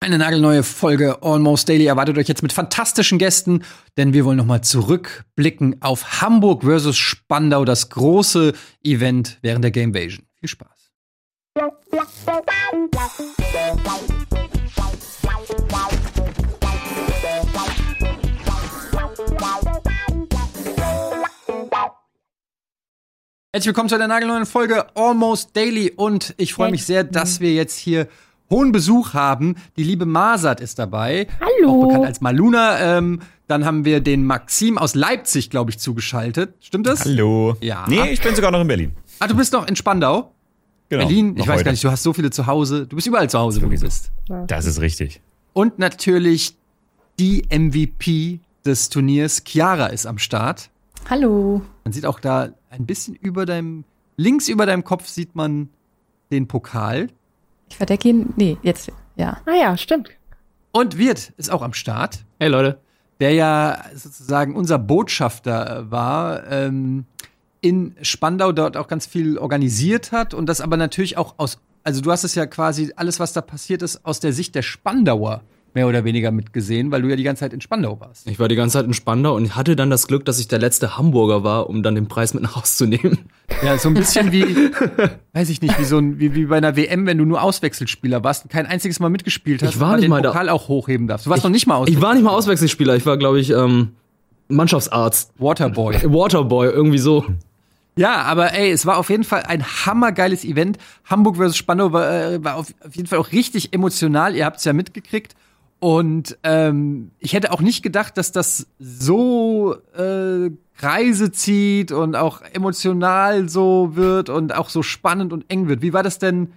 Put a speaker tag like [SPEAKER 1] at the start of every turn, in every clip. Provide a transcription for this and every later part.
[SPEAKER 1] Eine nagelneue Folge Almost Daily erwartet euch jetzt mit fantastischen Gästen, denn wir wollen nochmal zurückblicken auf Hamburg versus Spandau, das große Event während der Gamevasion. Viel Spaß. Herzlich willkommen zu einer nagelneuen Folge Almost Daily und ich freue mich sehr, dass wir jetzt hier hohen Besuch haben. Die liebe Masat ist dabei.
[SPEAKER 2] Hallo.
[SPEAKER 1] Auch bekannt als Maluna. Dann haben wir den Maxim aus Leipzig, glaube ich, zugeschaltet. Stimmt das?
[SPEAKER 3] Hallo.
[SPEAKER 1] Ja.
[SPEAKER 3] Nee, ich bin sogar noch in Berlin.
[SPEAKER 1] Ah, du bist noch in Spandau?
[SPEAKER 3] Genau.
[SPEAKER 1] Berlin? Ich weiß
[SPEAKER 3] heute.
[SPEAKER 1] gar nicht, du hast so viele zu Hause. Du bist überall zu Hause, wo du bist.
[SPEAKER 3] Das ist richtig.
[SPEAKER 1] Und natürlich die MVP des Turniers. Chiara ist am Start.
[SPEAKER 2] Hallo.
[SPEAKER 1] Man sieht auch da ein bisschen links über deinem Kopf sieht man den Pokal.
[SPEAKER 2] Ich verdecke ihn. Nee, jetzt, ja.
[SPEAKER 4] Ah ja, stimmt.
[SPEAKER 1] Und Wirt ist auch am Start.
[SPEAKER 5] Hey Leute.
[SPEAKER 1] Der ja sozusagen unser Botschafter war, in Spandau, dort auch ganz viel organisiert hat und das aber natürlich auch also du hast es ja quasi, alles was da passiert ist, aus der Sicht der Spandauer mehr oder weniger mitgesehen, weil du ja die ganze Zeit in Spandau warst.
[SPEAKER 5] Ich war die ganze Zeit in Spandau und hatte dann das Glück, dass ich der letzte Hamburger war, um dann den Preis mit nach Hause zu nehmen.
[SPEAKER 1] Ja, so ein bisschen wie, weiß ich nicht, wie bei einer WM, wenn du nur Auswechselspieler warst und kein einziges Mal mitgespielt hast,
[SPEAKER 5] Ich war
[SPEAKER 1] und
[SPEAKER 5] nicht
[SPEAKER 1] den
[SPEAKER 5] mal
[SPEAKER 1] Pokal auch hochheben darfst. Du warst noch nicht mal
[SPEAKER 5] Ich war nicht mal Auswechselspieler, ich war, glaube ich, Mannschaftsarzt.
[SPEAKER 1] Waterboy.
[SPEAKER 5] Waterboy, irgendwie so.
[SPEAKER 1] Ja, aber ey, es war auf jeden Fall ein hammergeiles Event. Hamburg versus Spandau war auf jeden Fall auch richtig emotional. Ihr habt's ja mitgekriegt. Und ich hätte auch nicht gedacht, dass das so Kreise zieht und auch emotional so wird und auch so spannend und eng wird. Wie war das denn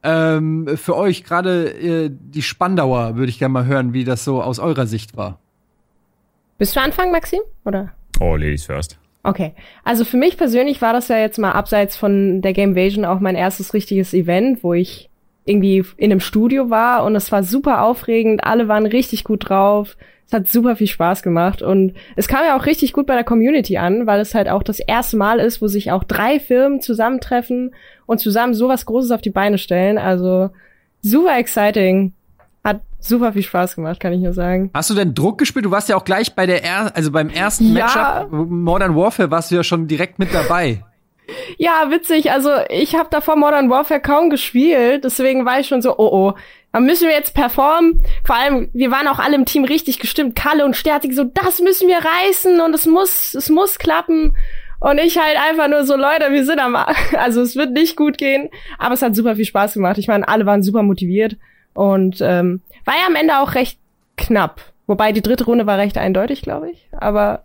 [SPEAKER 1] für euch, gerade die Spandauer, würde ich gerne mal hören, wie das so aus eurer Sicht war?
[SPEAKER 4] Willst du anfangen, Maxim? Oder?
[SPEAKER 3] Oh, Ladies first.
[SPEAKER 4] Okay. Also für mich persönlich war das ja jetzt mal abseits von der Gamevasion auch mein erstes richtiges Event, wo ich irgendwie in einem Studio war und es war super aufregend, alle waren richtig gut drauf, es hat super viel Spaß gemacht und es kam ja auch richtig gut bei der Community an, weil es halt auch das erste Mal ist, wo sich auch 3 Firmen zusammentreffen und zusammen sowas Großes auf die Beine stellen, also super exciting, hat super viel Spaß gemacht, kann ich nur sagen.
[SPEAKER 1] Hast du denn Druck gespielt? Du warst ja auch gleich bei beim ersten Matchup Modern Warfare warst du ja schon direkt mit dabei.
[SPEAKER 4] Ja, witzig. Also ich habe davor Modern Warfare kaum gespielt, deswegen war ich schon so, oh, dann müssen wir jetzt performen. Vor allem, wir waren auch alle im Team richtig gestimmt. Kalle und Stertig so, das müssen wir reißen und es muss klappen. Und ich halt einfach nur so, Leute, wir sind also es wird nicht gut gehen, aber es hat super viel Spaß gemacht. Ich meine, alle waren super motiviert und war ja am Ende auch recht knapp. Wobei die dritte Runde war recht eindeutig, glaube ich. Aber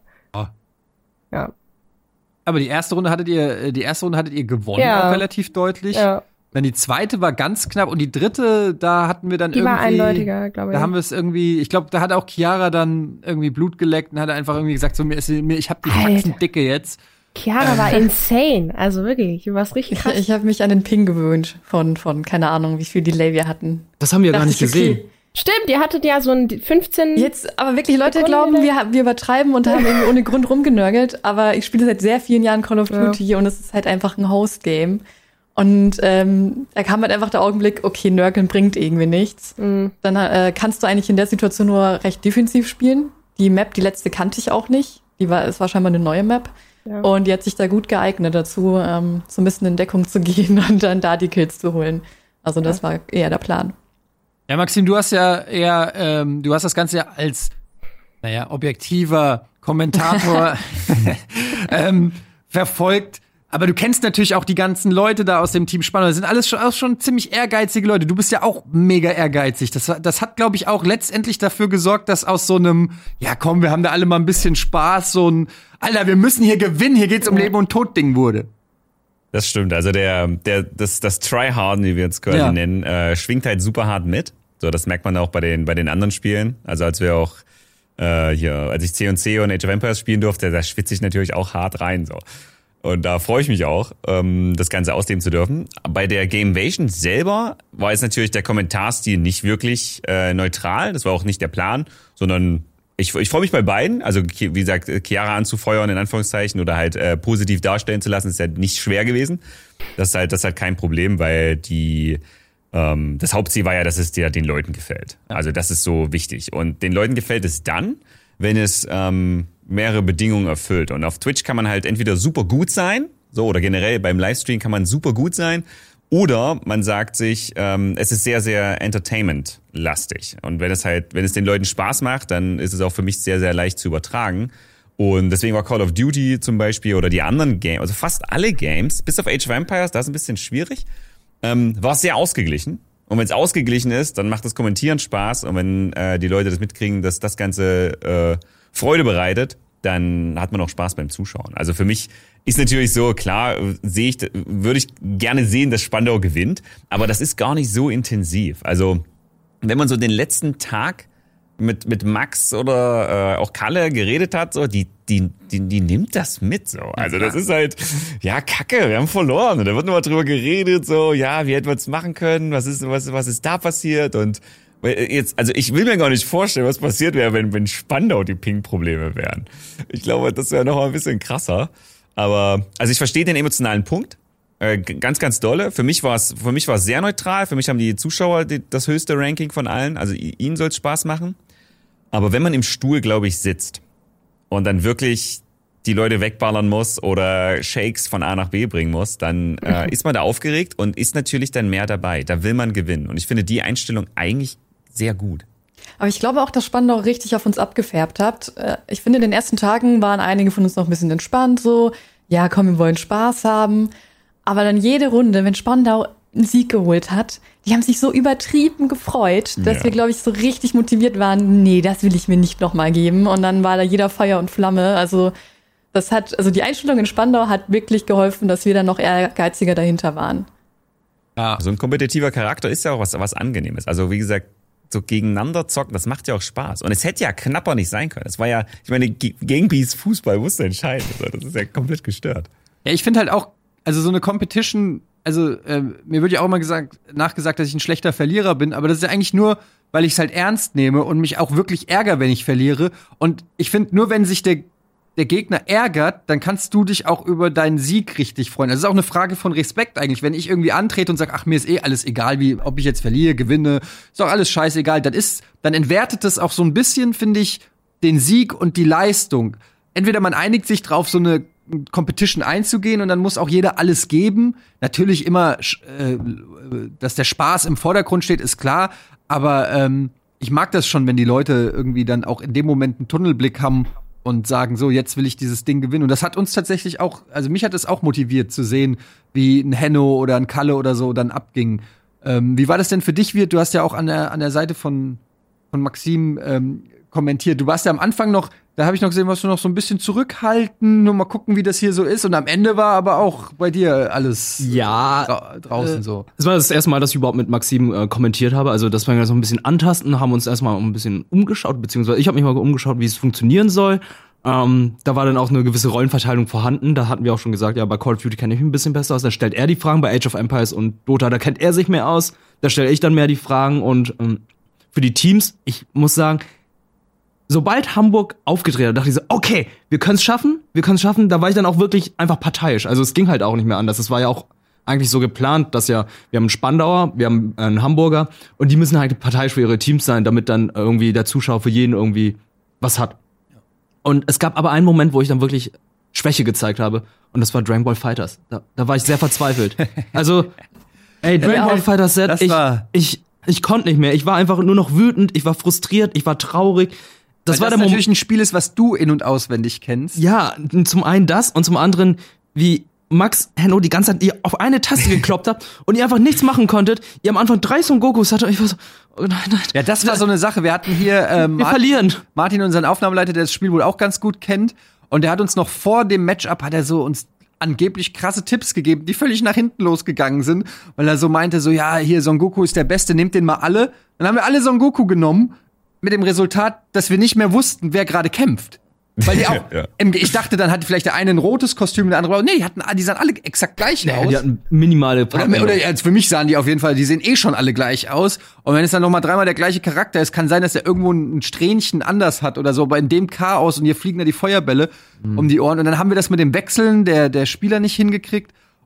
[SPEAKER 4] ja.
[SPEAKER 1] Aber die erste Runde hattet ihr gewonnen, auch relativ deutlich.
[SPEAKER 4] Ja.
[SPEAKER 1] Dann die zweite war ganz knapp und die dritte, da hatten wir dann irgendwie.
[SPEAKER 4] Die war eindeutiger, glaube ich.
[SPEAKER 1] Da haben wir es irgendwie, ich glaube, da hat auch Chiara dann irgendwie Blut geleckt und hat einfach irgendwie gesagt, so ich hab die Faxen dicke jetzt.
[SPEAKER 4] Chiara war insane, also wirklich, du warst richtig krass.
[SPEAKER 2] Ich habe mich an den Ping gewöhnt von keine Ahnung, wie viel Delay wir hatten.
[SPEAKER 5] Das haben wir gar nicht gesehen.
[SPEAKER 2] Okay.
[SPEAKER 4] Stimmt, ihr hattet ja so ein 15...
[SPEAKER 2] Jetzt, aber wirklich, Leute glauben, wir übertreiben und haben irgendwie ohne Grund rumgenörgelt, aber ich spiele seit sehr vielen Jahren Call of Duty und es ist halt einfach ein Host-Game. Und da kam halt einfach der Augenblick, okay, nörgeln bringt irgendwie nichts.
[SPEAKER 4] Mhm.
[SPEAKER 2] Dann kannst du eigentlich in der Situation nur recht defensiv spielen. Die Map, die letzte kannte ich auch nicht. Es war scheinbar eine neue Map. Ja. Und die hat sich da gut geeignet dazu, so ein bisschen in Deckung zu gehen und dann da die Kills zu holen. Also das war eher der Plan.
[SPEAKER 1] Ja, Maxim, du hast ja eher, du hast das Ganze ja als, objektiver Kommentator verfolgt. Aber du kennst natürlich auch die ganzen Leute da aus dem Team Spandau. Das sind alles schon ziemlich ehrgeizige Leute. Du bist ja auch mega ehrgeizig. Das hat, glaube ich, auch letztendlich dafür gesorgt, dass aus so einem, ja komm, wir haben da alle mal ein bisschen Spaß, so ein, Alter, wir müssen hier gewinnen, hier geht's um Leben und Tod Ding wurde.
[SPEAKER 3] Das stimmt. Also das Tryharden, wie wir jetzt quasi nennen, schwingt halt super hart mit. So, das merkt man auch bei den anderen Spielen. Also als wir auch als ich C&C und Age of Empires spielen durfte, da schwitze ich natürlich auch hart rein. So. Und da freue ich mich auch, das Ganze ausleben zu dürfen. Bei der Gamevasion selber war jetzt natürlich der Kommentarstil nicht wirklich neutral. Das war auch nicht der Plan, sondern ich freue mich bei beiden. Also wie gesagt, Chiara anzufeuern in Anführungszeichen oder halt positiv darstellen zu lassen, ist ja nicht schwer gewesen. Das ist halt kein Problem, weil die das Hauptziel war ja, dass es dir den Leuten gefällt. Also das ist so wichtig. Und den Leuten gefällt es dann, wenn es mehrere Bedingungen erfüllt. Und auf Twitch kann man halt entweder super gut sein, so, oder generell beim Livestream kann man super gut sein, oder man sagt sich, es ist sehr, sehr entertainment-lastig. Und wenn es den Leuten Spaß macht, dann ist es auch für mich sehr, sehr leicht zu übertragen. Und deswegen war Call of Duty zum Beispiel oder die anderen Games, also fast alle Games, bis auf Age of Empires, da ist ein bisschen schwierig, war es sehr ausgeglichen. Und wenn es ausgeglichen ist, dann macht das Kommentieren Spaß. Und wenn die Leute das mitkriegen, dass das Ganze Freude bereitet, dann hat man auch Spaß beim Zuschauen. Also für mich ist natürlich so, klar, würde ich gerne sehen, dass Spandau gewinnt. Aber das ist gar nicht so intensiv. Also wenn man so den letzten Tag mit Max oder auch Kalle geredet hat, so die nimmt das mit so. Also das ist halt, ja, Kacke, wir haben verloren. Und da wird nochmal drüber geredet, so, ja, wie hätten wir es machen können, was ist da passiert? Und jetzt, also ich will mir gar nicht vorstellen, was passiert wäre, wenn Spandau die Ping-Probleme wären. Ich glaube, das wäre noch mal ein bisschen krasser. Aber, also ich verstehe den emotionalen Punkt. Ganz, ganz dolle. Für mich war es sehr neutral. Für mich haben die Zuschauer das höchste Ranking von allen. Also ihnen soll es Spaß machen. Aber wenn man im Stuhl, glaube ich, sitzt und dann wirklich die Leute wegballern muss oder Shakes von A nach B bringen muss, dann ist man da aufgeregt und ist natürlich dann mehr dabei. Da will man gewinnen. Und ich finde die Einstellung eigentlich sehr gut.
[SPEAKER 2] Aber ich glaube auch, dass Spandau richtig auf uns abgefärbt hat. Ich finde, in den ersten Tagen waren einige von uns noch ein bisschen entspannt, so, ja, komm, wir wollen Spaß haben. Aber dann jede Runde, wenn Spandau einen Sieg geholt hat, die haben sich so übertrieben gefreut, dass wir, glaube ich, so richtig motiviert waren, nee, das will ich mir nicht nochmal geben. Und dann war da jeder Feuer und Flamme. Also die Einstellung in Spandau hat wirklich geholfen, dass wir dann noch ehrgeiziger dahinter waren.
[SPEAKER 3] Ja. So ein kompetitiver Charakter ist ja auch was Angenehmes. Also wie gesagt, so gegeneinander zocken, das macht ja auch Spaß. Und es hätte ja knapper nicht sein können. Das war ja, ich meine, gegen Bees Fußball musste entscheiden. Also das ist ja komplett gestört.
[SPEAKER 1] Ja, ich finde halt auch, also so eine Competition, also mir wird ja auch immer nachgesagt, dass ich ein schlechter Verlierer bin, aber das ist ja eigentlich nur, weil ich es halt ernst nehme und mich auch wirklich ärgere, wenn ich verliere. Und ich finde, nur wenn sich der Gegner ärgert, dann kannst du dich auch über deinen Sieg richtig freuen. Das ist auch eine Frage von Respekt eigentlich. Wenn ich irgendwie antrete und sage, ach, mir ist alles egal, ob ich jetzt verliere, gewinne, ist doch alles scheißegal, dann entwertet das auch so ein bisschen, finde ich, den Sieg und die Leistung. Entweder man einigt sich drauf, so eine Competition einzugehen und dann muss auch jeder alles geben. Natürlich immer, dass der Spaß im Vordergrund steht, ist klar, aber ich mag das schon, wenn die Leute irgendwie dann auch in dem Moment einen Tunnelblick haben und sagen, so, jetzt will ich dieses Ding gewinnen. Und das hat uns tatsächlich auch, also mich hat es auch motiviert zu sehen, wie ein Henno oder ein Kalle oder so dann abging. Wie war das denn für dich, Wirt? Du hast ja auch an der Seite von Maxim kommentiert. Du warst ja am Anfang noch, da habe ich noch gesehen, warst du noch so ein bisschen zurückhalten, nur mal gucken, wie das hier so ist. Und am Ende war aber auch bei dir alles draußen so.
[SPEAKER 5] Es war das erste Mal, dass ich überhaupt mit Maxim kommentiert habe. Also das war ja so ein bisschen antasten, haben uns erstmal ein bisschen umgeschaut, beziehungsweise ich habe mich mal umgeschaut, wie es funktionieren soll. Da war dann auch eine gewisse Rollenverteilung vorhanden. Da hatten wir auch schon gesagt, ja, bei Call of Duty kenne ich mich ein bisschen besser aus. Da stellt er die Fragen, bei Age of Empires und Dota, da kennt er sich mehr aus. Da stelle ich dann mehr die Fragen. Und für die Teams, ich muss sagen, sobald Hamburg aufgedreht hat, dachte ich so, okay, wir können es schaffen. Da war ich dann auch wirklich einfach parteiisch. Also es ging halt auch nicht mehr anders. Es war ja auch eigentlich so geplant, dass ja, wir haben einen Spandauer, wir haben einen Hamburger und die müssen halt parteiisch für ihre Teams sein, damit dann irgendwie der Zuschauer für jeden irgendwie was hat. Und es gab aber einen Moment, wo ich dann wirklich Schwäche gezeigt habe und das war Dragon Ball FighterZ. Da war ich sehr verzweifelt. Also, ey, Dragon Ball FighterZ, ich konnte nicht mehr. Ich war einfach nur noch wütend, ich war frustriert, ich war traurig.
[SPEAKER 1] Das war natürlich ein Spiel ist, was du in- und auswendig kennst.
[SPEAKER 5] Ja, zum einen das und zum anderen, wie Max Henno die ganze Zeit ihr auf eine Taste gekloppt habt und ihr einfach nichts machen konntet. Ihr am Anfang 3 Son Gokus hatte und ich war so, oh nein.
[SPEAKER 1] Ja, das war so eine Sache. Wir hatten hier
[SPEAKER 5] wir verlieren.
[SPEAKER 1] Martin, unseren Aufnahmeleiter, der das Spiel wohl auch ganz gut kennt. Und der hat uns noch vor dem Matchup, hat er so uns angeblich krasse Tipps gegeben, die völlig nach hinten losgegangen sind. Weil er so meinte, so, ja, hier Son Goku ist der Beste, nehmt den mal alle. Dann haben wir alle Son Goku genommen. Mit dem Resultat, dass wir nicht mehr wussten, wer gerade kämpft. Weil die auch, ja. Ich dachte, dann hatte vielleicht der eine ein rotes Kostüm, der andere, nee, die sahen alle exakt gleich aus.
[SPEAKER 5] Die hatten minimale
[SPEAKER 1] oder für mich sahen die auf jeden Fall, die sehen schon alle gleich aus. Und wenn es dann noch mal dreimal der gleiche Charakter ist, kann sein, dass er irgendwo ein Strähnchen anders hat oder so, aber in dem Chaos und hier fliegen da die Feuerbälle um die Ohren. Und dann haben wir das mit dem Wechseln der Spieler nicht hingekriegt.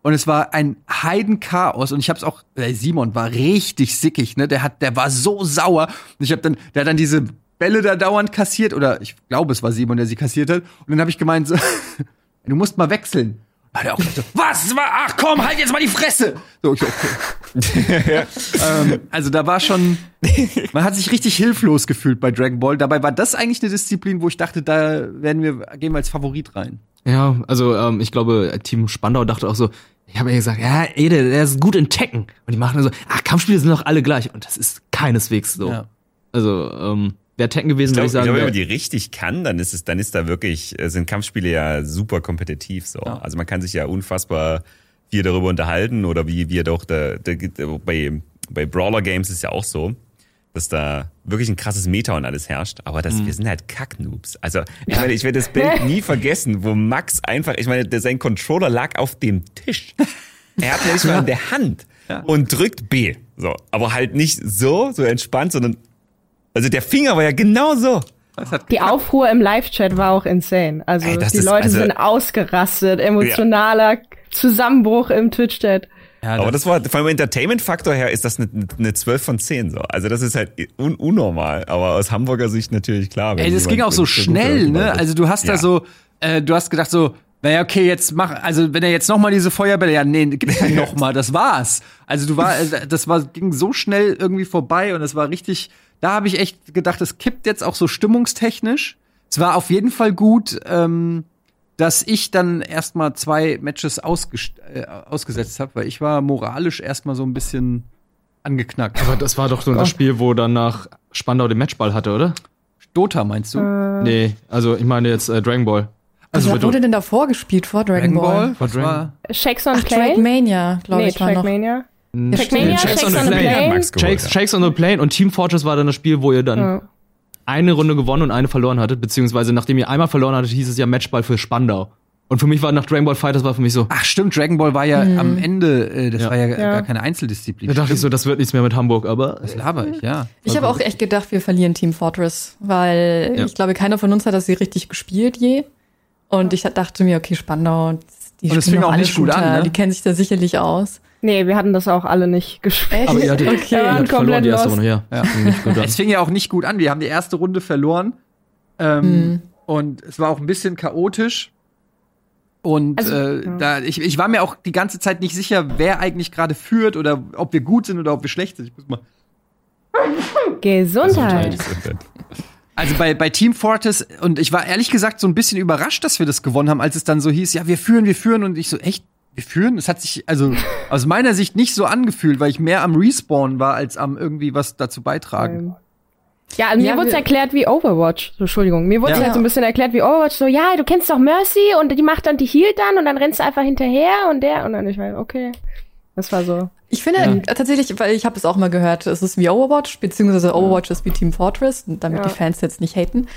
[SPEAKER 1] und es war ein Heidenchaos und ich hab's auch, Simon war richtig sickig, ne, der war so sauer und der hat dann diese Bälle da dauernd kassiert oder ich glaube, es war Simon, der sie kassiert hat und dann habe ich gemeint, so, du musst mal wechseln. Hat er auch gesagt, was? Ach komm, halt jetzt mal die Fresse! So, okay. Also da war schon, man hat sich richtig hilflos gefühlt bei Dragon Ball. Dabei war das eigentlich eine Disziplin, wo ich dachte, da gehen wir als Favorit rein.
[SPEAKER 5] Ja, also ich glaube, Team Spandau dachte auch so, ich habe ja gesagt, ja, Ede, der ist gut in Tekken. Und die machen dann so, Kampfspiele sind doch alle gleich. Und das ist keineswegs so. Ja. Also, wäre Tekken gewesen, würde ich sagen.
[SPEAKER 3] Ich glaube, wenn man die richtig kann, dann ist da wirklich, sind Kampfspiele ja super kompetitiv so. Ja. Also man kann sich ja unfassbar viel darüber unterhalten oder wie wir doch bei Brawler Games ist ja auch so, dass da wirklich ein krasses Meta und alles herrscht, aber wir sind halt Kacknoobs. Also, ich werde das Bild nie vergessen, wo Max einfach, sein Controller lag auf dem Tisch. Er hat ihn nicht mal in der Hand und drückt B. So, aber halt nicht so entspannt, sondern also der Finger war ja genau so.
[SPEAKER 4] Die Aufruhr im Live-Chat war auch insane. Also die Leute sind ausgerastet, emotionaler Zusammenbruch im Twitch-Chat.
[SPEAKER 3] Ja, aber das war, vom Entertainment-Faktor her ist das eine 12 von 10 so. Also das ist halt unnormal, aber aus Hamburger Sicht natürlich klar.
[SPEAKER 1] Das ging auch so schnell, ne? Also du hast da so, du hast gedacht so, naja, okay, jetzt wenn er jetzt nochmal diese Feuerbälle, gibt's kein nochmal, das war's. Also ging so schnell irgendwie vorbei und es war richtig, da habe ich echt gedacht, es kippt jetzt auch so stimmungstechnisch. Es war auf jeden Fall gut, dass ich dann erstmal 2 Matches ausgesetzt habe, weil ich war moralisch erstmal so ein bisschen angeknackt.
[SPEAKER 5] Aber das war doch so das Spiel, wo danach Spandau den Matchball hatte, oder?
[SPEAKER 1] Dota meinst du?
[SPEAKER 5] Nee, also ich meine jetzt Dragon Ball.
[SPEAKER 2] Also was wurde denn davor gespielt vor Dragon Ball?
[SPEAKER 1] Was war?
[SPEAKER 4] Shakes on Plane?
[SPEAKER 2] Trackmania, glaube ich, war noch.
[SPEAKER 4] Shakes on the Plane.
[SPEAKER 5] Shakes on the Plane und Team Fortress war dann das Spiel, wo ihr dann eine Runde gewonnen und eine verloren hattet, beziehungsweise nachdem ihr einmal verloren hattet, hieß es ja Matchball für Spandau. Und für mich war nach Dragon Ball FighterZ war für mich so.
[SPEAKER 1] Ach stimmt, Dragon Ball war ja am Ende, das war ja gar keine Einzeldisziplin.
[SPEAKER 5] Da dachte ich so, das wird nichts mehr mit Hamburg, aber.
[SPEAKER 1] Das laber ich, ja.
[SPEAKER 2] Ich habe auch echt gedacht, wir verlieren Team Fortress, weil ich glaube, keiner von uns hat das hier richtig gespielt je. Und ich dachte mir, okay, Spandau, die spielen auch nicht gut an, ne? Die kennen sich da sicherlich aus.
[SPEAKER 4] Nee, wir hatten das auch alle nicht gespielt.
[SPEAKER 5] Aber ihr hattet, ihr hattet verloren die erste Runde, ja.
[SPEAKER 1] Es fing ja auch nicht gut an. Wir haben die erste Runde verloren. Und es war auch ein bisschen chaotisch. Und ich war mir auch die ganze Zeit nicht sicher, wer eigentlich gerade führt oder ob wir gut sind oder ob wir schlecht sind. Ich muss mal.
[SPEAKER 4] Gesundheit.
[SPEAKER 1] Also bei Team Fortress, und ich war ehrlich gesagt so ein bisschen überrascht, dass wir das gewonnen haben, als es dann so hieß, ja, wir führen und ich so, echt, wir führen? Es hat sich also aus meiner Sicht nicht so angefühlt, weil ich mehr am Respawn war, als am irgendwie was dazu beitragen.
[SPEAKER 4] Ja, also mir wurde es erklärt wie Overwatch. So, Entschuldigung, mir wurde es halt so ein bisschen erklärt wie Overwatch. So, ja, du kennst doch Mercy und die macht dann, die healt dann und dann rennst du einfach hinterher und dann ich meine, okay. Das war so.
[SPEAKER 2] Ich finde tatsächlich, weil ich habe es auch mal gehört, es ist wie Overwatch, beziehungsweise Overwatch ist wie Team Fortress, damit die Fans jetzt nicht haten.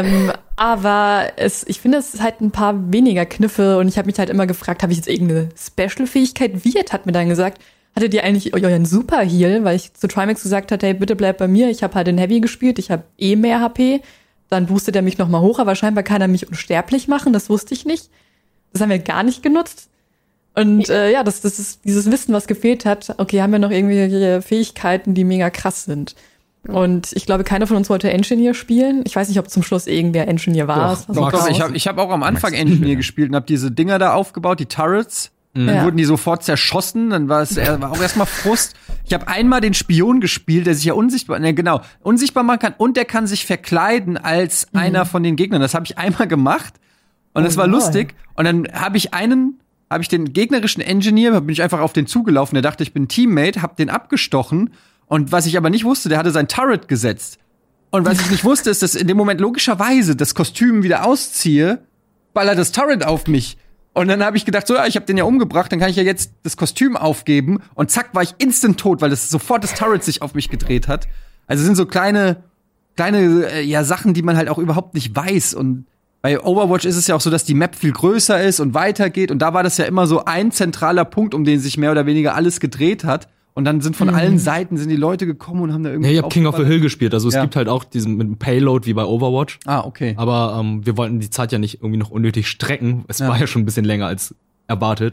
[SPEAKER 2] Aber ich finde, es ist halt ein paar weniger Kniffe und ich habe mich halt immer gefragt, habe ich jetzt irgendeine Special-Fähigkeit? Wirt hat mir dann gesagt, hattet ihr eigentlich euren Super-Heal? Weil ich zu Trimax gesagt hatte, hey, bitte bleib bei mir, ich habe halt den Heavy gespielt, ich habe mehr HP. Dann boostet er mich nochmal hoch, aber scheinbar kann er mich unsterblich machen, das wusste ich nicht. Das haben wir gar nicht genutzt. Und das ist dieses Wissen, was gefehlt hat. Okay, haben wir noch irgendwelche Fähigkeiten, die mega krass sind. Und ich glaube, keiner von uns wollte Engineer spielen. Ich weiß nicht, ob zum Schluss irgendwer Engineer war.
[SPEAKER 1] Doch, ich hab auch am Anfang Engineer gespielt und habe diese Dinger da aufgebaut, die Turrets. Dann wurden die sofort zerschossen. Dann war auch erstmal Frust. Ich habe einmal den Spion gespielt, der sich ja unsichtbar machen kann und der kann sich verkleiden als einer von den Gegnern. Das habe ich einmal gemacht und das war lustig. Und dann habe ich den gegnerischen Engineer, bin ich einfach auf den zugelaufen, der dachte, ich bin Teammate, hab den abgestochen und was ich aber nicht wusste, der hatte sein Turret gesetzt. Und was ich nicht wusste, ist, dass in dem Moment logischerweise das Kostüm wieder ausziehe, ballert das Turret auf mich. Und dann habe ich gedacht, so, ich habe den ja umgebracht, dann kann ich ja jetzt das Kostüm aufgeben und zack, war ich instant tot, weil sofort das Turret sich auf mich gedreht hat. Also es sind so kleine Sachen, die man halt auch überhaupt nicht weiß. Und bei Overwatch ist es ja auch so, dass die Map viel größer ist und weitergeht. Und da war das ja immer so ein zentraler Punkt, um den sich mehr oder weniger alles gedreht hat. Und dann sind von allen Seiten die Leute gekommen und haben da irgendwie.
[SPEAKER 5] Ja, ich hab King of the Hill gespielt. Also es gibt halt auch diesen mit dem Payload wie bei Overwatch.
[SPEAKER 1] Ah, okay.
[SPEAKER 5] Aber wir wollten die Zeit ja nicht irgendwie noch unnötig strecken. Es war ja schon ein bisschen länger als erwartet.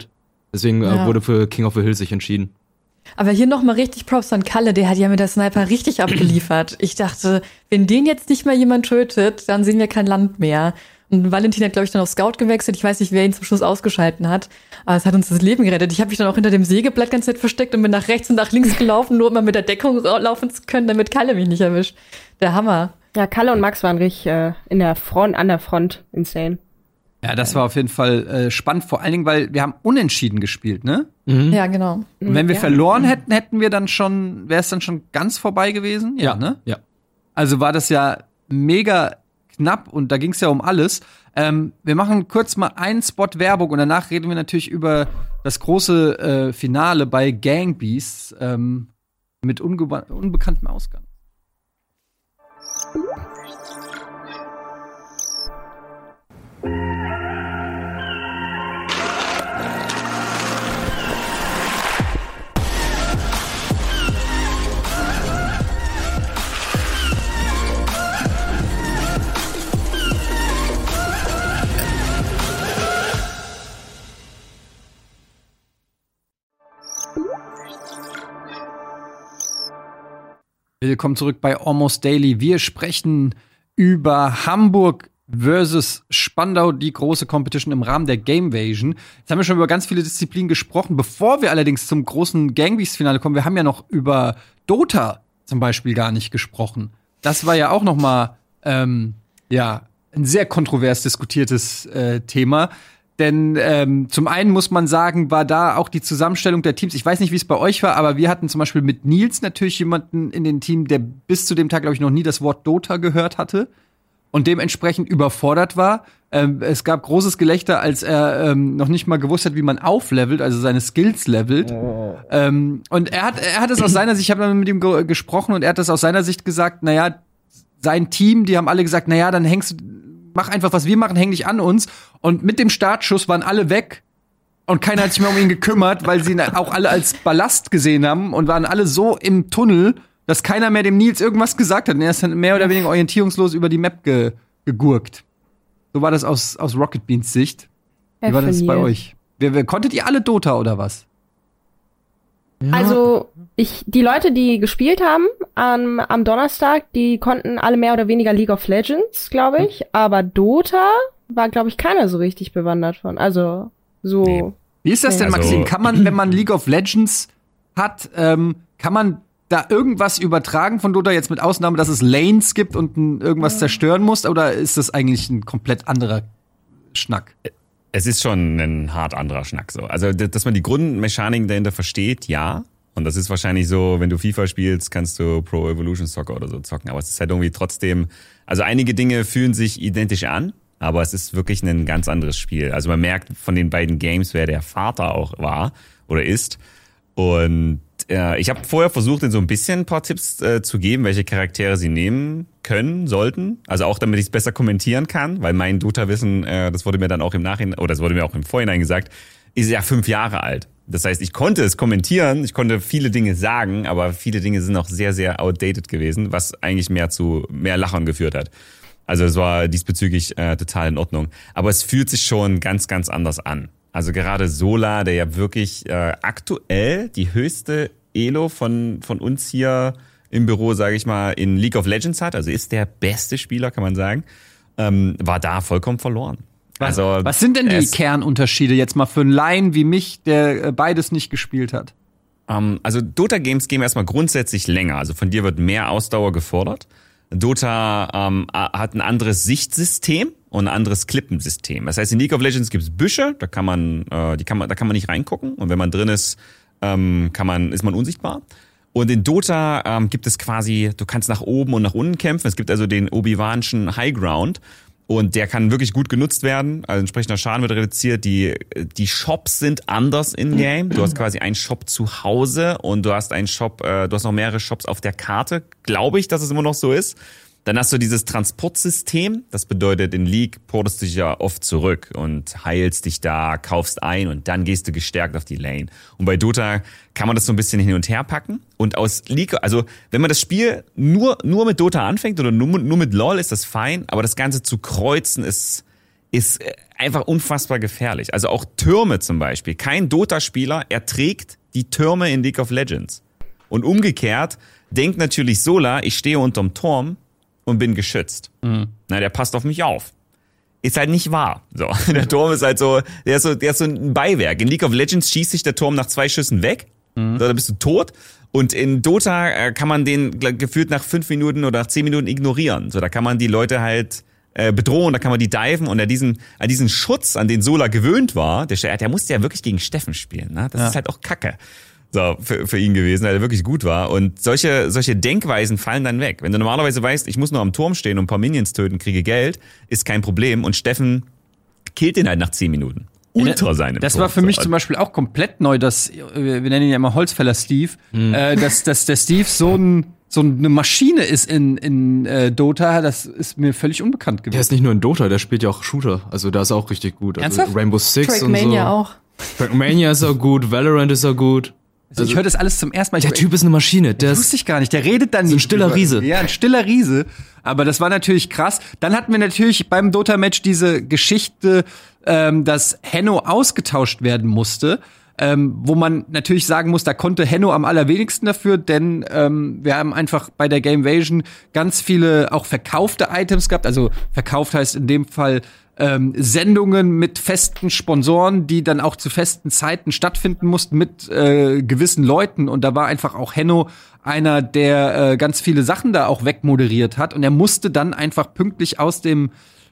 [SPEAKER 5] Deswegen wurde für King of the Hill sich entschieden.
[SPEAKER 2] Aber hier nochmal richtig Props an Kalle, der hat ja mit der Sniper richtig abgeliefert. Ich dachte, wenn den jetzt nicht mal jemand tötet, dann sehen wir kein Land mehr. Und Valentin hat, glaube ich, dann auf Scout gewechselt. Ich weiß nicht, wer ihn zum Schluss ausgeschalten hat. Aber es hat uns das Leben gerettet. Ich habe mich dann auch hinter dem Sägeblatt ganz Zeit versteckt und bin nach rechts und nach links gelaufen, nur um mal mit der Deckung laufen zu können, damit Kalle mich nicht erwischt. Der Hammer.
[SPEAKER 4] Ja, Kalle und Max waren richtig an der Front insane.
[SPEAKER 1] Ja, das war auf jeden Fall spannend, vor allen Dingen, weil wir haben unentschieden gespielt, ne?
[SPEAKER 2] Mhm. Ja, genau.
[SPEAKER 1] Und wenn wir verloren hätten wir dann schon, wäre es dann schon ganz vorbei gewesen? Ja, ne?
[SPEAKER 5] Ja.
[SPEAKER 1] Also war das ja mega knapp und da ging es ja um alles. Wir machen kurz mal einen Spot Werbung und danach reden wir natürlich über das große Finale bei Gang Beasts mit unbekanntem Ausgang. Willkommen zurück bei Almost Daily. Wir sprechen über Hamburg versus Spandau, die große Competition im Rahmen der Gamevasion. Jetzt haben wir schon über ganz viele Disziplinen gesprochen. Bevor wir allerdings zum großen Gang-Beasts-Finale kommen, wir haben ja noch über Dota zum Beispiel gar nicht gesprochen. Das war ja auch noch mal ein sehr kontrovers diskutiertes Thema. Denn zum einen muss man sagen, war da auch die Zusammenstellung der Teams. Ich weiß nicht, wie es bei euch war, aber wir hatten zum Beispiel mit Nils natürlich jemanden in den Team, der bis zu dem Tag, glaube ich, noch nie das Wort Dota gehört hatte und dementsprechend überfordert war. Es gab großes Gelächter, als er noch nicht mal gewusst hat, wie man auflevelt, also seine Skills levelt. Und er hat es aus seiner Sicht, ich habe dann mit ihm gesprochen und er hat das aus seiner Sicht gesagt, naja, sein Team, die haben alle gesagt, naja, dann mach einfach, was wir machen, häng dich an uns. Und mit dem Startschuss waren alle weg. Und keiner hat sich mehr um ihn gekümmert, weil sie ihn auch alle als Ballast gesehen haben und waren alle so im Tunnel, dass keiner mehr dem Nils irgendwas gesagt hat. Und er ist dann mehr oder weniger orientierungslos über die Map gegurkt. So war das aus Rocket Beans Sicht. Wie war das bei euch? Konntet ihr alle Dota oder was?
[SPEAKER 4] Ja. Also, die Leute, die gespielt haben am Donnerstag, die konnten alle mehr oder weniger League of Legends, glaube ich. Aber Dota war, glaube ich, keiner so richtig bewandert von. Also, so. Nee.
[SPEAKER 1] Wie ist das denn, Maxim? Kann man, wenn man League of Legends hat, kann man da irgendwas übertragen von Dota, jetzt mit Ausnahme, dass es Lanes gibt und irgendwas zerstören muss? Oder ist das eigentlich ein komplett anderer Schnack?
[SPEAKER 3] Es ist schon ein hart anderer Schnack so. Also, dass man die Grundmechaniken dahinter versteht, ja. Und das ist wahrscheinlich so, wenn du FIFA spielst, kannst du Pro Evolution Soccer oder so zocken. Aber es ist halt irgendwie trotzdem, also einige Dinge fühlen sich identisch an, aber es ist wirklich ein ganz anderes Spiel. Also man merkt von den beiden Games, wer der Vater auch war oder ist. Und ich habe vorher versucht, ihnen so ein bisschen ein paar Tipps zu geben, welche Charaktere sie nehmen können, sollten. Also auch, damit ich es besser kommentieren kann, weil mein Dota-Wissen, das wurde mir dann auch im Nachhinein, oder das wurde mir auch im Vorhinein gesagt, ist ja 5 Jahre alt. Das heißt, ich konnte es kommentieren, ich konnte viele Dinge sagen, aber viele Dinge sind auch sehr, sehr outdated gewesen, was eigentlich mehr zu mehr Lachern geführt hat. Also es war diesbezüglich total in Ordnung. Aber es fühlt sich schon ganz, ganz anders an. Also gerade Sola, der ja wirklich aktuell die höchste Elo von uns hier im Büro, sage ich mal, in League of Legends hat, also ist der beste Spieler, kann man sagen, war da vollkommen verloren. Also,
[SPEAKER 1] was sind denn die Kernunterschiede jetzt mal für einen Laien wie mich, der beides nicht gespielt hat?
[SPEAKER 3] Also Dota-Games gehen erstmal grundsätzlich länger. Also von dir wird mehr Ausdauer gefordert. Dota hat ein anderes Sichtsystem und ein anderes Klippensystem. Das heißt, in League of Legends gibt's Büsche, da kann man nicht reingucken. Und wenn man drin ist, ist man unsichtbar. Und in Dota gibt es quasi, du kannst nach oben und nach unten kämpfen. Es gibt also den Obi-Wanschen High Ground. Und der kann wirklich gut genutzt werden. Also entsprechender Schaden wird reduziert. Die Shops sind anders in-game. Du hast quasi einen Shop zu Hause und du hast einen Shop, du hast noch mehrere Shops auf der Karte. Glaube ich, dass es immer noch so ist. Dann hast du dieses Transportsystem. Das bedeutet, in League portest du dich ja oft zurück und heilst dich da, kaufst ein und dann gehst du gestärkt auf die Lane. Und bei Dota kann man das so ein bisschen hin und her packen. Und aus League, also wenn man das Spiel nur mit Dota anfängt oder nur mit LoL, ist das fein. Aber das Ganze zu kreuzen ist einfach unfassbar gefährlich. Also auch Türme zum Beispiel. Kein Dota-Spieler erträgt die Türme in League of Legends. Und umgekehrt denkt natürlich Solar, ich stehe unterm Turm und bin geschützt. Na, der passt auf mich auf. Ist halt nicht wahr. So, der Turm ist halt so, der ist so ein Beiwerk. In League of Legends schießt sich der Turm nach 2 Schüssen weg. So, da bist du tot. Und in Dota kann man den gefühlt nach 5 Minuten oder nach 10 Minuten ignorieren. So, da kann man die Leute halt bedrohen, da kann man die diven und an diesen Schutz, an den Solar gewöhnt war, der musste ja wirklich gegen Steffen spielen, ne? Das ist halt auch Kacke. So, für ihn gewesen, weil er wirklich gut war. Und solche Denkweisen fallen dann weg. Wenn du normalerweise weißt, ich muss nur am Turm stehen und ein paar Minions töten, kriege Geld, ist kein Problem. Und Steffen killt den halt nach 10 Minuten. Unter seinem
[SPEAKER 1] Das
[SPEAKER 3] Turm.
[SPEAKER 1] war für mich zum Beispiel auch komplett neu, dass, wir nennen ihn ja immer Holzfäller Steve, dass der Steve so eine Maschine ist in Dota, das ist mir völlig unbekannt gewesen.
[SPEAKER 5] Der ist nicht nur in Dota, der spielt ja auch Shooter. Also da ist er auch richtig gut. Also
[SPEAKER 1] Ernsthaft?
[SPEAKER 5] Rainbow Six
[SPEAKER 2] Trackmania
[SPEAKER 5] und so.
[SPEAKER 2] auch.
[SPEAKER 5] Trackmania ist auch gut, Valorant ist auch gut.
[SPEAKER 1] Also ich höre das alles zum ersten Mal.
[SPEAKER 5] Der Typ ist eine Maschine.
[SPEAKER 1] Das wusste ich gar nicht. Der redet dann
[SPEAKER 5] so ein
[SPEAKER 1] nicht.
[SPEAKER 5] stiller Riese.
[SPEAKER 1] Ja, ein stiller Riese. Aber das war natürlich krass. Dann hatten wir natürlich beim Dota-Match diese Geschichte, dass Henno ausgetauscht werden musste. Wo man natürlich sagen muss, da konnte Henno am allerwenigsten dafür, denn wir haben einfach bei der Gamevasion ganz viele auch verkaufte Items gehabt. Also verkauft heißt in dem Fall Sendungen mit festen Sponsoren, die dann auch zu festen Zeiten stattfinden mussten mit gewissen Leuten. Und da war einfach auch Henno einer, der ganz viele Sachen da auch wegmoderiert hat. Und er musste dann einfach pünktlich aus dem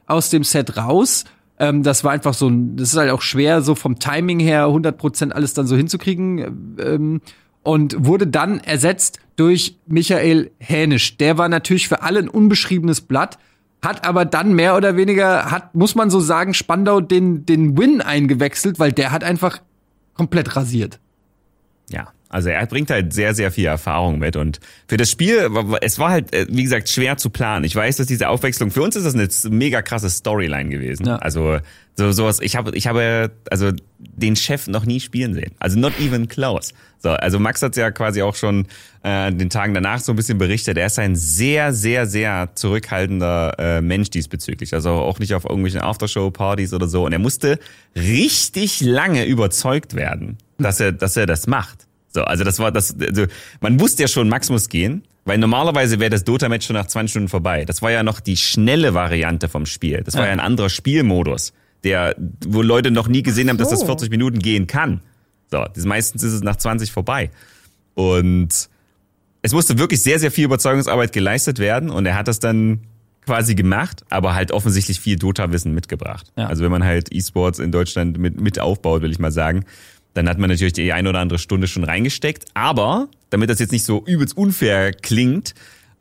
[SPEAKER 1] Set raus. Das war einfach das ist halt auch schwer, so vom Timing her 100% alles dann so hinzukriegen. Und wurde dann ersetzt durch Michael Hänisch. Der war natürlich für alle ein unbeschriebenes Blatt. Hat aber dann mehr oder weniger, muss man so sagen, Spandau den Win eingewechselt, weil der hat einfach komplett rasiert.
[SPEAKER 3] Ja, also er bringt halt sehr, sehr viel Erfahrung mit und für das Spiel, es war halt, wie gesagt, schwer zu planen. Ich weiß, dass diese Aufwechslung, für uns ist das eine mega krasse Storyline gewesen. Ja. Also sowas, ich habe also den Chef noch nie spielen sehen. Also not even close. So, also Max hat's ja quasi auch schon den Tagen danach so ein bisschen berichtet. Er ist ein sehr, sehr, sehr zurückhaltender Mensch diesbezüglich. Also auch nicht auf irgendwelchen Aftershow-Partys oder so. Und er musste richtig lange überzeugt werden, dass er das macht. So, also man wusste ja schon, Max muss gehen, weil normalerweise wäre das Dota-Match schon nach 20 Stunden vorbei. Das war ja noch die schnelle Variante vom Spiel. Das war ja ein anderer Spielmodus, wo Leute noch nie gesehen haben, dass das 40 Minuten gehen kann. So, meistens ist es nach 20 vorbei. Und es musste wirklich sehr, sehr viel Überzeugungsarbeit geleistet werden und er hat das dann quasi gemacht, aber halt offensichtlich viel Dota-Wissen mitgebracht. Ja. Also wenn man halt E-Sports in Deutschland mit aufbaut, will ich mal sagen, dann hat man natürlich die 1 oder andere Stunde schon reingesteckt. Aber, damit das jetzt nicht so übelst unfair klingt,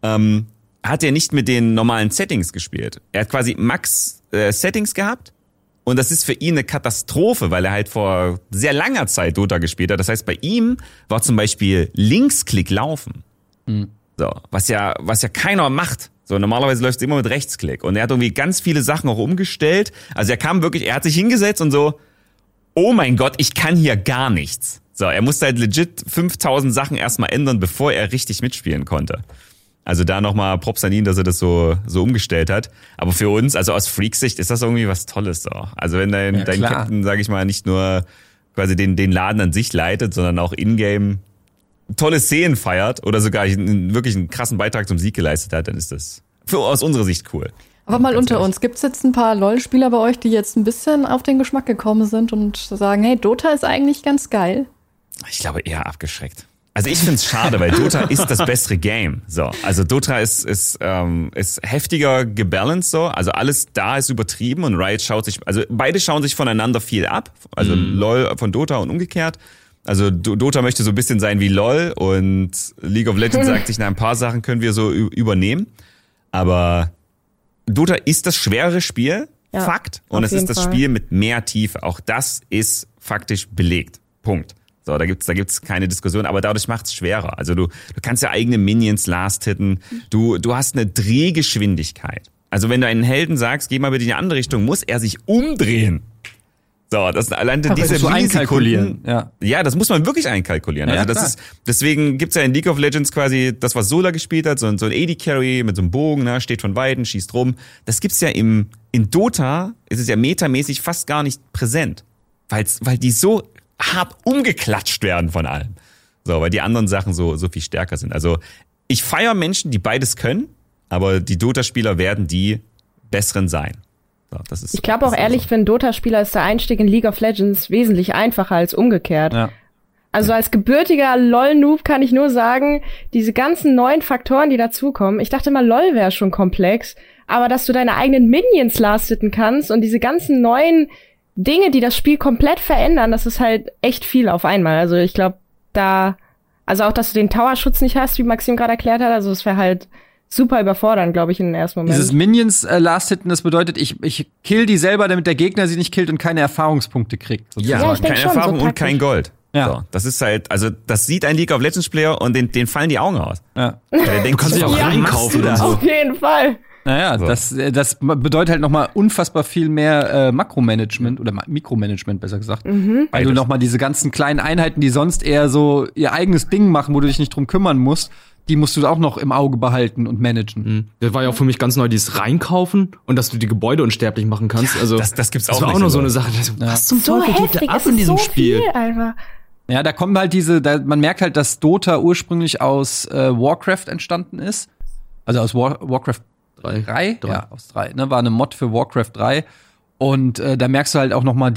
[SPEAKER 3] hat er nicht mit den normalen Settings gespielt. Er hat quasi Max Settings gehabt. Und das ist für ihn eine Katastrophe, weil er halt vor sehr langer Zeit Dota gespielt hat. Das heißt, bei ihm war zum Beispiel Linksklick laufen. So, was ja keiner macht. So, normalerweise läuft es immer mit Rechtsklick. Und er hat irgendwie ganz viele Sachen auch umgestellt. Also er hat sich hingesetzt und so, oh mein Gott, ich kann hier gar nichts. So, er musste halt legit 5000 Sachen erstmal ändern, bevor er richtig mitspielen konnte. Also da nochmal Props an ihn, dass er das so umgestellt hat. Aber für uns, also aus Freaks-Sicht, ist das irgendwie was Tolles so. Also wenn dein Captain, sag ich mal, nicht nur quasi den Laden an sich leitet, sondern auch in-game tolle Szenen feiert oder sogar wirklich einen krassen Beitrag zum Sieg geleistet hat, dann ist das aus unserer Sicht cool.
[SPEAKER 2] Aber mal unter uns, gibt's jetzt ein paar LoL-Spieler bei euch, die jetzt ein bisschen auf den Geschmack gekommen sind und sagen, hey, Dota ist eigentlich ganz geil?
[SPEAKER 3] Ich glaube eher abgeschreckt. Also ich find's schade, weil Dota ist das bessere Game. So, also Dota ist heftiger gebalanced so, also alles da ist übertrieben und Riot beide schauen sich voneinander viel ab, also LoL von Dota und umgekehrt. Also Dota möchte so ein bisschen sein wie LoL und League of Legends sagt sich, ein paar Sachen können wir so übernehmen, aber Dota ist das schwerere Spiel, ja, Fakt, und es ist das Spiel mit mehr Tiefe. Auch das ist faktisch belegt. Punkt. So, da gibt's keine Diskussion, aber dadurch macht's schwerer. Also du kannst ja eigene Minions last hitten. Du hast eine Drehgeschwindigkeit. Also wenn du einen Helden sagst, geh mal bitte in die andere Richtung, muss er sich umdrehen. So, das allein diese
[SPEAKER 1] Millisekunden.
[SPEAKER 3] Ja, das muss man wirklich einkalkulieren. Also das ist, deswegen gibt's ja in League of Legends quasi das, was Sola gespielt hat, so ein AD Carry mit so einem Bogen, ne, steht von Weitem, schießt rum. Das gibt's ja in Dota, ist es ja metamäßig fast gar nicht präsent. Weil die so hart umgeklatscht werden von allem. So, weil die anderen Sachen so viel stärker sind. Also, ich feiere Menschen, die beides können, aber die Dota-Spieler werden die besseren sein. So,
[SPEAKER 4] ich glaube auch ehrlich, für einen Dota-Spieler ist der Einstieg in League of Legends wesentlich einfacher als umgekehrt. Ja. Also als gebürtiger LoL-Noob kann ich nur sagen, diese ganzen neuen Faktoren, die dazukommen, ich dachte mal, LoL wäre schon komplex, aber dass du deine eigenen Minions lasteten kannst und diese ganzen neuen Dinge, die das Spiel komplett verändern, das ist halt echt viel auf einmal. Also ich glaube, also auch, dass du den Towerschutz nicht hast, wie Maxim gerade erklärt hat, also es wäre halt super überfordernd, glaube ich, in den ersten Moment.
[SPEAKER 1] Dieses Minions Last-Hitten, das bedeutet, ich kill die selber, damit der Gegner sie nicht killt und keine Erfahrungspunkte kriegt.
[SPEAKER 3] Sozusagen. Ja, keine Erfahrung und kein Gold. Ja. So, das ist halt, also das sieht ein League of Legends Player und den fallen die Augen aus. Ja. Der denkt, du kannst dich auch reinkaufen oder so.
[SPEAKER 4] Auf jeden Fall.
[SPEAKER 1] Naja, so. Das bedeutet halt nochmal unfassbar viel mehr Makromanagement oder Mikromanagement, besser gesagt. Weil du nochmal diese ganzen kleinen Einheiten, die sonst eher so ihr eigenes Ding machen, wo du dich nicht drum kümmern musst, die musst du auch noch im Auge behalten und managen.
[SPEAKER 5] Das war ja auch für mich ganz neu, dieses Reinkaufen und dass du die Gebäude unsterblich machen kannst.
[SPEAKER 3] Ja, also das gibt's auch nicht.
[SPEAKER 5] Das war auch noch so eine Sache. Was zum Teufel geht da ab in diesem Spiel?
[SPEAKER 1] Ja, da kommen halt man merkt halt, dass Dota ursprünglich aus Warcraft entstanden ist. Also aus Warcraft 3? Ja, aus 3. Ne, war eine Mod für Warcraft 3. Und da merkst du halt auch noch mal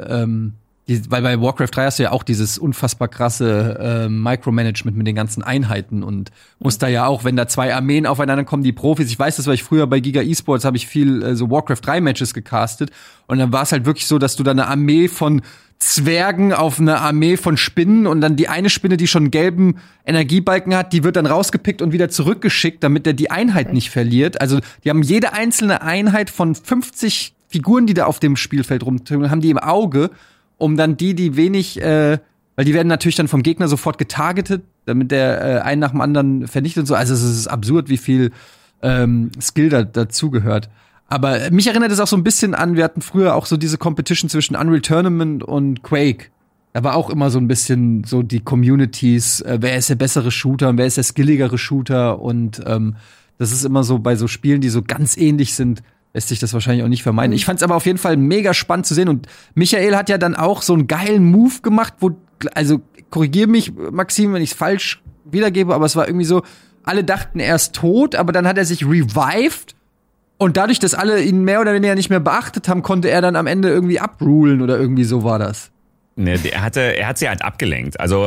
[SPEAKER 1] weil bei Warcraft 3 hast du ja auch dieses unfassbar krasse Micromanagement mit den ganzen Einheiten und musst da ja auch, wenn da zwei Armeen aufeinander kommen, die Profis, ich weiß das, weil ich früher bei Giga Esports habe ich viel so Warcraft 3 Matches gecastet und dann war es halt wirklich so, dass du da eine Armee von Zwergen auf eine Armee von Spinnen und dann die eine Spinne, die schon einen gelben Energiebalken hat, die wird dann rausgepickt und wieder zurückgeschickt, damit der die Einheit nicht verliert. Also die haben jede einzelne Einheit von 50 Figuren, die da auf dem Spielfeld rumtun, haben die im Auge, um dann die wenig, weil die werden natürlich dann vom Gegner sofort getargetet, damit der einen nach dem anderen vernichtet und so. Also es ist absurd, wie viel Skill dazugehört. Aber mich erinnert es auch so ein bisschen an, wir hatten früher auch so diese Competition zwischen Unreal Tournament und Quake. Da war auch immer so ein bisschen so die Communities, wer ist der bessere Shooter und wer ist der skilligere Shooter und das ist immer so bei so Spielen, die so ganz ähnlich sind, lässt sich das wahrscheinlich auch nicht vermeiden. Ich fand's aber auf jeden Fall mega spannend zu sehen und Michael hat ja dann auch so einen geilen Move gemacht, also korrigier mich, Maxim, wenn ich's falsch wiedergebe, aber es war irgendwie so, alle dachten, er ist tot, aber dann hat er sich revived und dadurch, dass alle ihn mehr oder weniger nicht mehr beachtet haben, konnte er dann am Ende irgendwie abrulen oder irgendwie so war das.
[SPEAKER 3] Ne, er hat sie halt abgelenkt. Also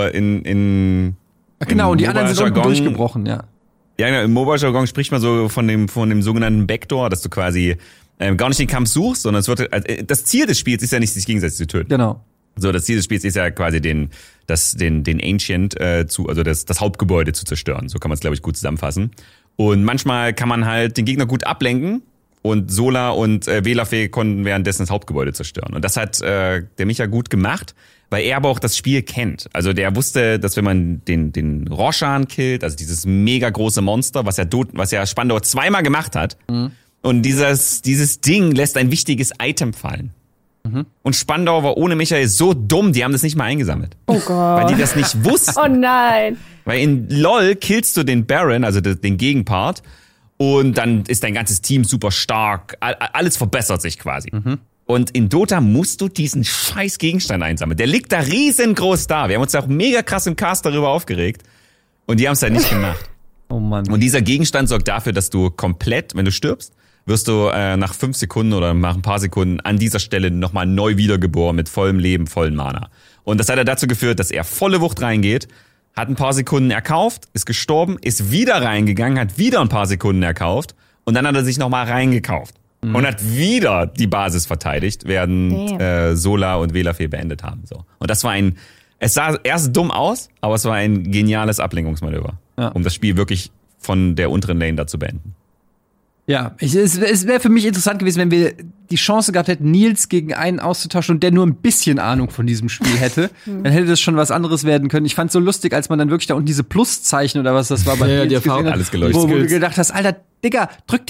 [SPEAKER 1] genau, und die anderen sind unten durchgebrochen, ja.
[SPEAKER 3] Ja, genau, im MOBA-Jargon spricht man so von dem sogenannten Backdoor, dass du quasi gar nicht den Kampf suchst, sondern das Ziel des Spiels ist ja nicht, sich gegenseitig zu töten.
[SPEAKER 1] Genau.
[SPEAKER 3] So, das Ziel des Spiels ist ja quasi den Ancient also das Hauptgebäude zu zerstören. So kann man es, glaube ich, gut zusammenfassen. Und manchmal kann man halt den Gegner gut ablenken und Sola und Velafé konnten währenddessen das Hauptgebäude zerstören. Und das hat der Micha gut gemacht, weil er aber auch das Spiel kennt. Also der wusste, dass wenn man den Roshan killt, also dieses mega große Monster, was ja Spandau zweimal gemacht hat, und dieses Ding lässt ein wichtiges Item fallen. Und Spandau war ohne Michael so dumm, die haben das nicht mal eingesammelt.
[SPEAKER 4] Oh Gott.
[SPEAKER 3] Weil die das nicht wussten.
[SPEAKER 4] Oh nein.
[SPEAKER 3] Weil in LoL killst du den Baron, also den Gegenpart, und dann ist dein ganzes Team super stark, alles verbessert sich quasi. Und in Dota musst du diesen scheiß Gegenstand einsammeln. Der liegt da riesengroß da. Wir haben uns auch mega krass im Cast darüber aufgeregt. Und die haben es halt nicht gemacht.
[SPEAKER 1] Oh Mann.
[SPEAKER 3] Und dieser Gegenstand sorgt dafür, dass du komplett, wenn du stirbst, wirst du nach 5 Sekunden oder nach ein paar Sekunden an dieser Stelle nochmal neu wiedergeboren mit vollem Leben, vollen Mana. Und das hat ja dazu geführt, dass er volle Wucht reingeht, hat ein paar Sekunden erkauft, ist gestorben, ist wieder reingegangen, hat wieder ein paar Sekunden erkauft und dann hat er sich nochmal reingekauft. Und hat wieder die Basis verteidigt, während Sola und Velafé beendet haben. So. Und das war es sah erst dumm aus, aber es war ein geniales Ablenkungsmanöver, um das Spiel wirklich von der unteren Lane da zu beenden.
[SPEAKER 1] Ja, es wäre für mich interessant gewesen, wenn wir die Chance gehabt hätten, Nils gegen einen auszutauschen und der nur ein bisschen Ahnung von diesem Spiel hätte. Dann hätte das schon was anderes werden können. Ich fand's so lustig, als man dann wirklich da unten diese Pluszeichen oder was das war bei
[SPEAKER 5] Nils gesehen hat,
[SPEAKER 3] alles geleuchtet.
[SPEAKER 1] Wo du gedacht hast, Alter, Digga, drück die mal.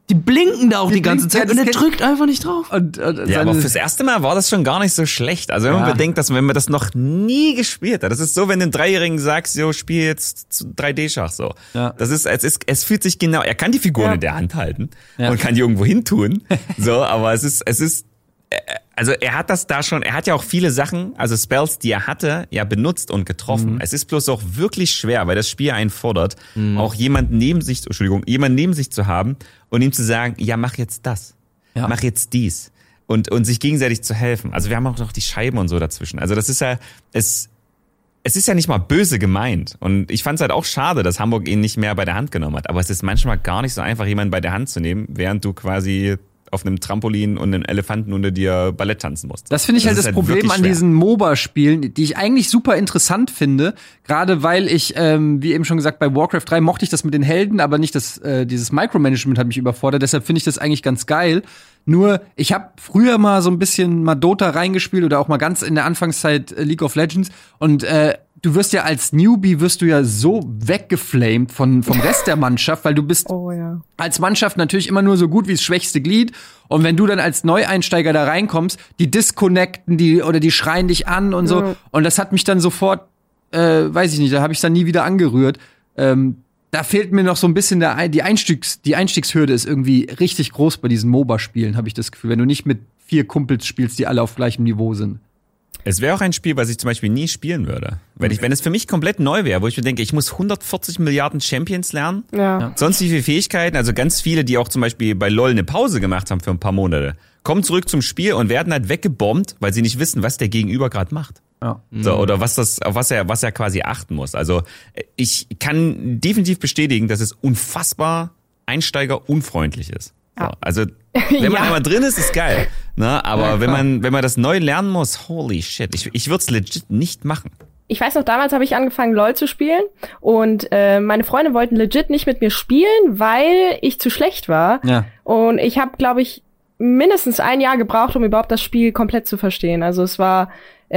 [SPEAKER 5] Die blinken da auch die ganze Zeit und er
[SPEAKER 1] das
[SPEAKER 5] drückt einfach nicht drauf.
[SPEAKER 3] Ja, aber fürs erste Mal war das schon gar nicht so schlecht. Also wenn man bedenkt, dass wenn man das noch nie gespielt hat, das ist so, wenn du einem Dreijährigen sagst, jo, spiel jetzt 3D-Schach so. Ja. Es fühlt sich genau, er kann die Figuren in der Hand halten und kann die irgendwo hin tun. So, aber es ist, also er hat das da schon, er hat ja auch viele Sachen, also Spells, die er hatte, ja benutzt und getroffen. Es ist bloß auch wirklich schwer, weil das Spiel einen fordert, auch jemanden neben sich zu haben und ihm zu sagen, ja, mach jetzt das, mach jetzt dies und sich gegenseitig zu helfen. Also wir haben auch noch die Scheiben und so dazwischen. Also das ist ja, es ist ja nicht mal böse gemeint. Und ich fand es halt auch schade, dass Hamburg ihn nicht mehr bei der Hand genommen hat. Aber es ist manchmal gar nicht so einfach, jemanden bei der Hand zu nehmen, während du quasi auf einem Trampolin und einem Elefanten unter dir Ballett tanzen musst.
[SPEAKER 1] Das finde ich halt das Problem an diesen MOBA-Spielen, die ich eigentlich super interessant finde, gerade weil ich, wie eben schon gesagt, bei Warcraft 3 mochte ich das mit den Helden, aber nicht dieses Micromanagement hat mich überfordert, deshalb finde ich das eigentlich ganz geil. Nur, ich habe früher mal so ein bisschen mal Dota reingespielt oder auch mal ganz in der Anfangszeit League of Legends und du wirst ja als Newbie so weggeflamed vom Rest der Mannschaft, weil du bist als Mannschaft natürlich immer nur so gut wie das schwächste Glied. Und wenn du dann als Neueinsteiger da reinkommst, die disconnecten die schreien dich an und so. Und das hat mich dann sofort, weiß ich nicht, da habe ich dann nie wieder angerührt. Da fehlt mir noch so ein bisschen die Einstiegshürde ist irgendwie richtig groß bei diesen MOBA-Spielen, habe ich das Gefühl, wenn du nicht mit 4 Kumpels spielst, die alle auf gleichem Niveau sind.
[SPEAKER 3] Es wäre auch ein Spiel, was ich zum Beispiel nie spielen würde. Wenn es für mich komplett neu wäre, wo ich mir denke, ich muss 140 Milliarden Champions lernen, sonst wie viele Fähigkeiten, also ganz viele, die auch zum Beispiel bei LoL eine Pause gemacht haben für ein paar Monate, kommen zurück zum Spiel und werden halt weggebombt, weil sie nicht wissen, was der Gegenüber gerade macht. Ja. So, oder auf was er quasi achten muss. Also ich kann definitiv bestätigen, dass es unfassbar einsteigerunfreundlich ist. So, also wenn man einmal drin ist geil. Ne? Aber wenn man das neu lernen muss, holy shit, ich würde es legit nicht machen.
[SPEAKER 4] Ich weiß noch, damals habe ich angefangen, LOL zu spielen und meine Freunde wollten legit nicht mit mir spielen, weil ich zu schlecht war. Ja. Und ich habe, glaube ich, mindestens 1 Jahr gebraucht, um überhaupt das Spiel komplett zu verstehen. Also es war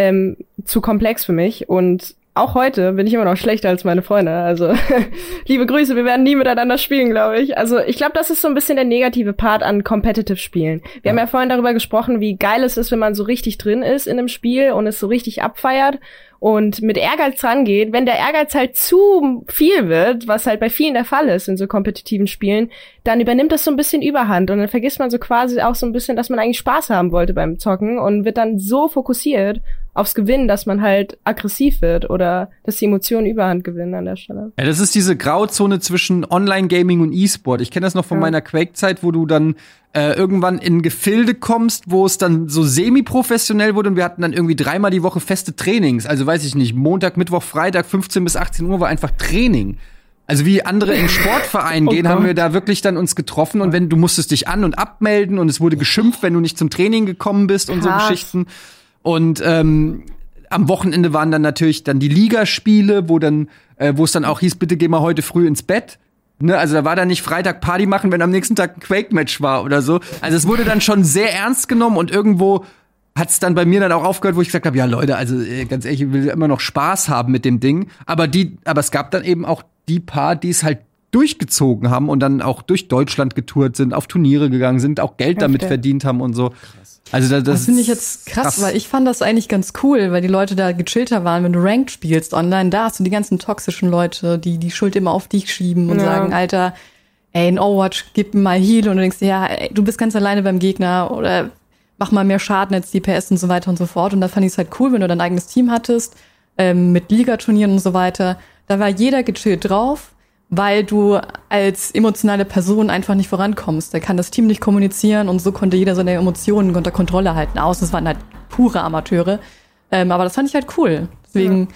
[SPEAKER 4] zu komplex für mich und auch heute bin ich immer noch schlechter als meine Freunde. Also liebe Grüße, wir werden nie miteinander spielen, glaube ich. Also ich glaube, das ist so ein bisschen der negative Part an Competitive-Spielen. Wir haben ja vorhin darüber gesprochen, wie geil es ist, wenn man so richtig drin ist in einem Spiel und es so richtig abfeiert und mit Ehrgeiz rangeht. Wenn der Ehrgeiz halt zu viel wird, was halt bei vielen der Fall ist in so kompetitiven Spielen, dann übernimmt das so ein bisschen Überhand und dann vergisst man so quasi auch so ein bisschen, dass man eigentlich Spaß haben wollte beim Zocken und wird dann so fokussiert aufs Gewinnen, dass man halt aggressiv wird oder dass die Emotionen Überhand gewinnen an der Stelle.
[SPEAKER 1] Ja, das ist diese Grauzone zwischen Online-Gaming und E-Sport. Ich kenne das noch von meiner Quake-Zeit, wo du dann irgendwann in Gefilde kommst, wo es dann so semi-professionell wurde und wir hatten dann irgendwie 3-mal die Woche feste Trainings. Also weiß ich nicht, Montag, Mittwoch, Freitag, 15 bis 18 Uhr war einfach Training. Also wie andere in Sportvereinen gehen, haben wir da wirklich dann uns getroffen und du musstest dich an- und abmelden und es wurde geschimpft, wenn du nicht zum Training gekommen bist und so Geschichten. Und am Wochenende waren dann natürlich dann die Ligaspiele, wo es dann auch hieß, bitte geh mal heute früh ins Bett. Ne, also da war dann nicht Freitag Party machen, wenn am nächsten Tag ein Quake-Match war oder so. Also es wurde dann schon sehr ernst genommen und irgendwo hat es dann bei mir dann auch aufgehört, wo ich gesagt habe, ja Leute, also ganz ehrlich, ich will immer noch Spaß haben mit dem Ding. Aber es gab dann eben auch die paar, die es halt durchgezogen haben und dann auch durch Deutschland getourt sind, auf Turniere gegangen sind, auch Geld damit verdient haben und so. Also das
[SPEAKER 2] finde ich jetzt krass, weil ich fand das eigentlich ganz cool, weil die Leute da gechillter waren, wenn du Ranked spielst online, da hast du die ganzen toxischen Leute, die die Schuld immer auf dich schieben und sagen, Alter, ey, in Overwatch, gib mir mal Heal und du denkst dir, ja, ey, du bist ganz alleine beim Gegner oder mach mal mehr Schaden als DPS und so weiter und so fort. Und da fand ich es halt cool, wenn du dein eigenes Team hattest, mit Ligaturnieren und so weiter. Da war jeder gechillt drauf, weil du als emotionale Person einfach nicht vorankommst. Da kann das Team nicht kommunizieren und so konnte jeder seine Emotionen unter Kontrolle halten. Das waren halt pure Amateure. Aber das fand ich halt cool. Deswegen,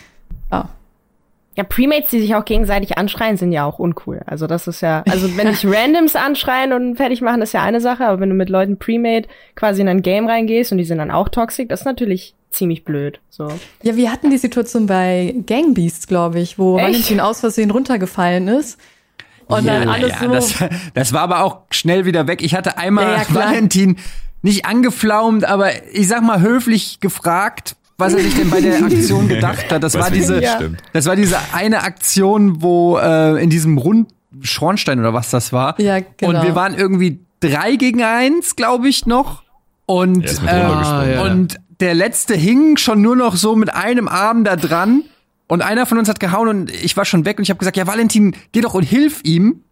[SPEAKER 4] Ja, Premates, die sich auch gegenseitig anschreien, sind ja auch uncool. Also das ist ja, also wenn dich Randoms anschreien und fertig machen, ist ja eine Sache, aber wenn du mit Leuten Premade quasi in ein Game reingehst und die sind dann auch toxisch, das ist natürlich ziemlich blöd. So.
[SPEAKER 2] Ja, wir hatten die Situation bei Gang Beasts, glaube ich, wo Valentin aus Versehen runtergefallen ist. Und dann alles so.
[SPEAKER 1] Das war aber auch schnell wieder weg. Ich hatte einmal Valentin nicht angeflaumt, aber ich sag mal höflich gefragt, was er sich denn bei der Aktion gedacht hat. Das war diese eine Aktion, wo in diesem Schornstein oder was das war.
[SPEAKER 2] Ja, genau.
[SPEAKER 1] Und wir waren irgendwie 3-1, glaube ich, noch. Und,
[SPEAKER 3] Er ist mit runtergesprungen.
[SPEAKER 1] und der letzte hing schon nur noch so mit einem Arm da dran. Und einer von uns hat gehauen und ich war schon weg und ich habe gesagt, ja, Valentin, geh doch und hilf ihm.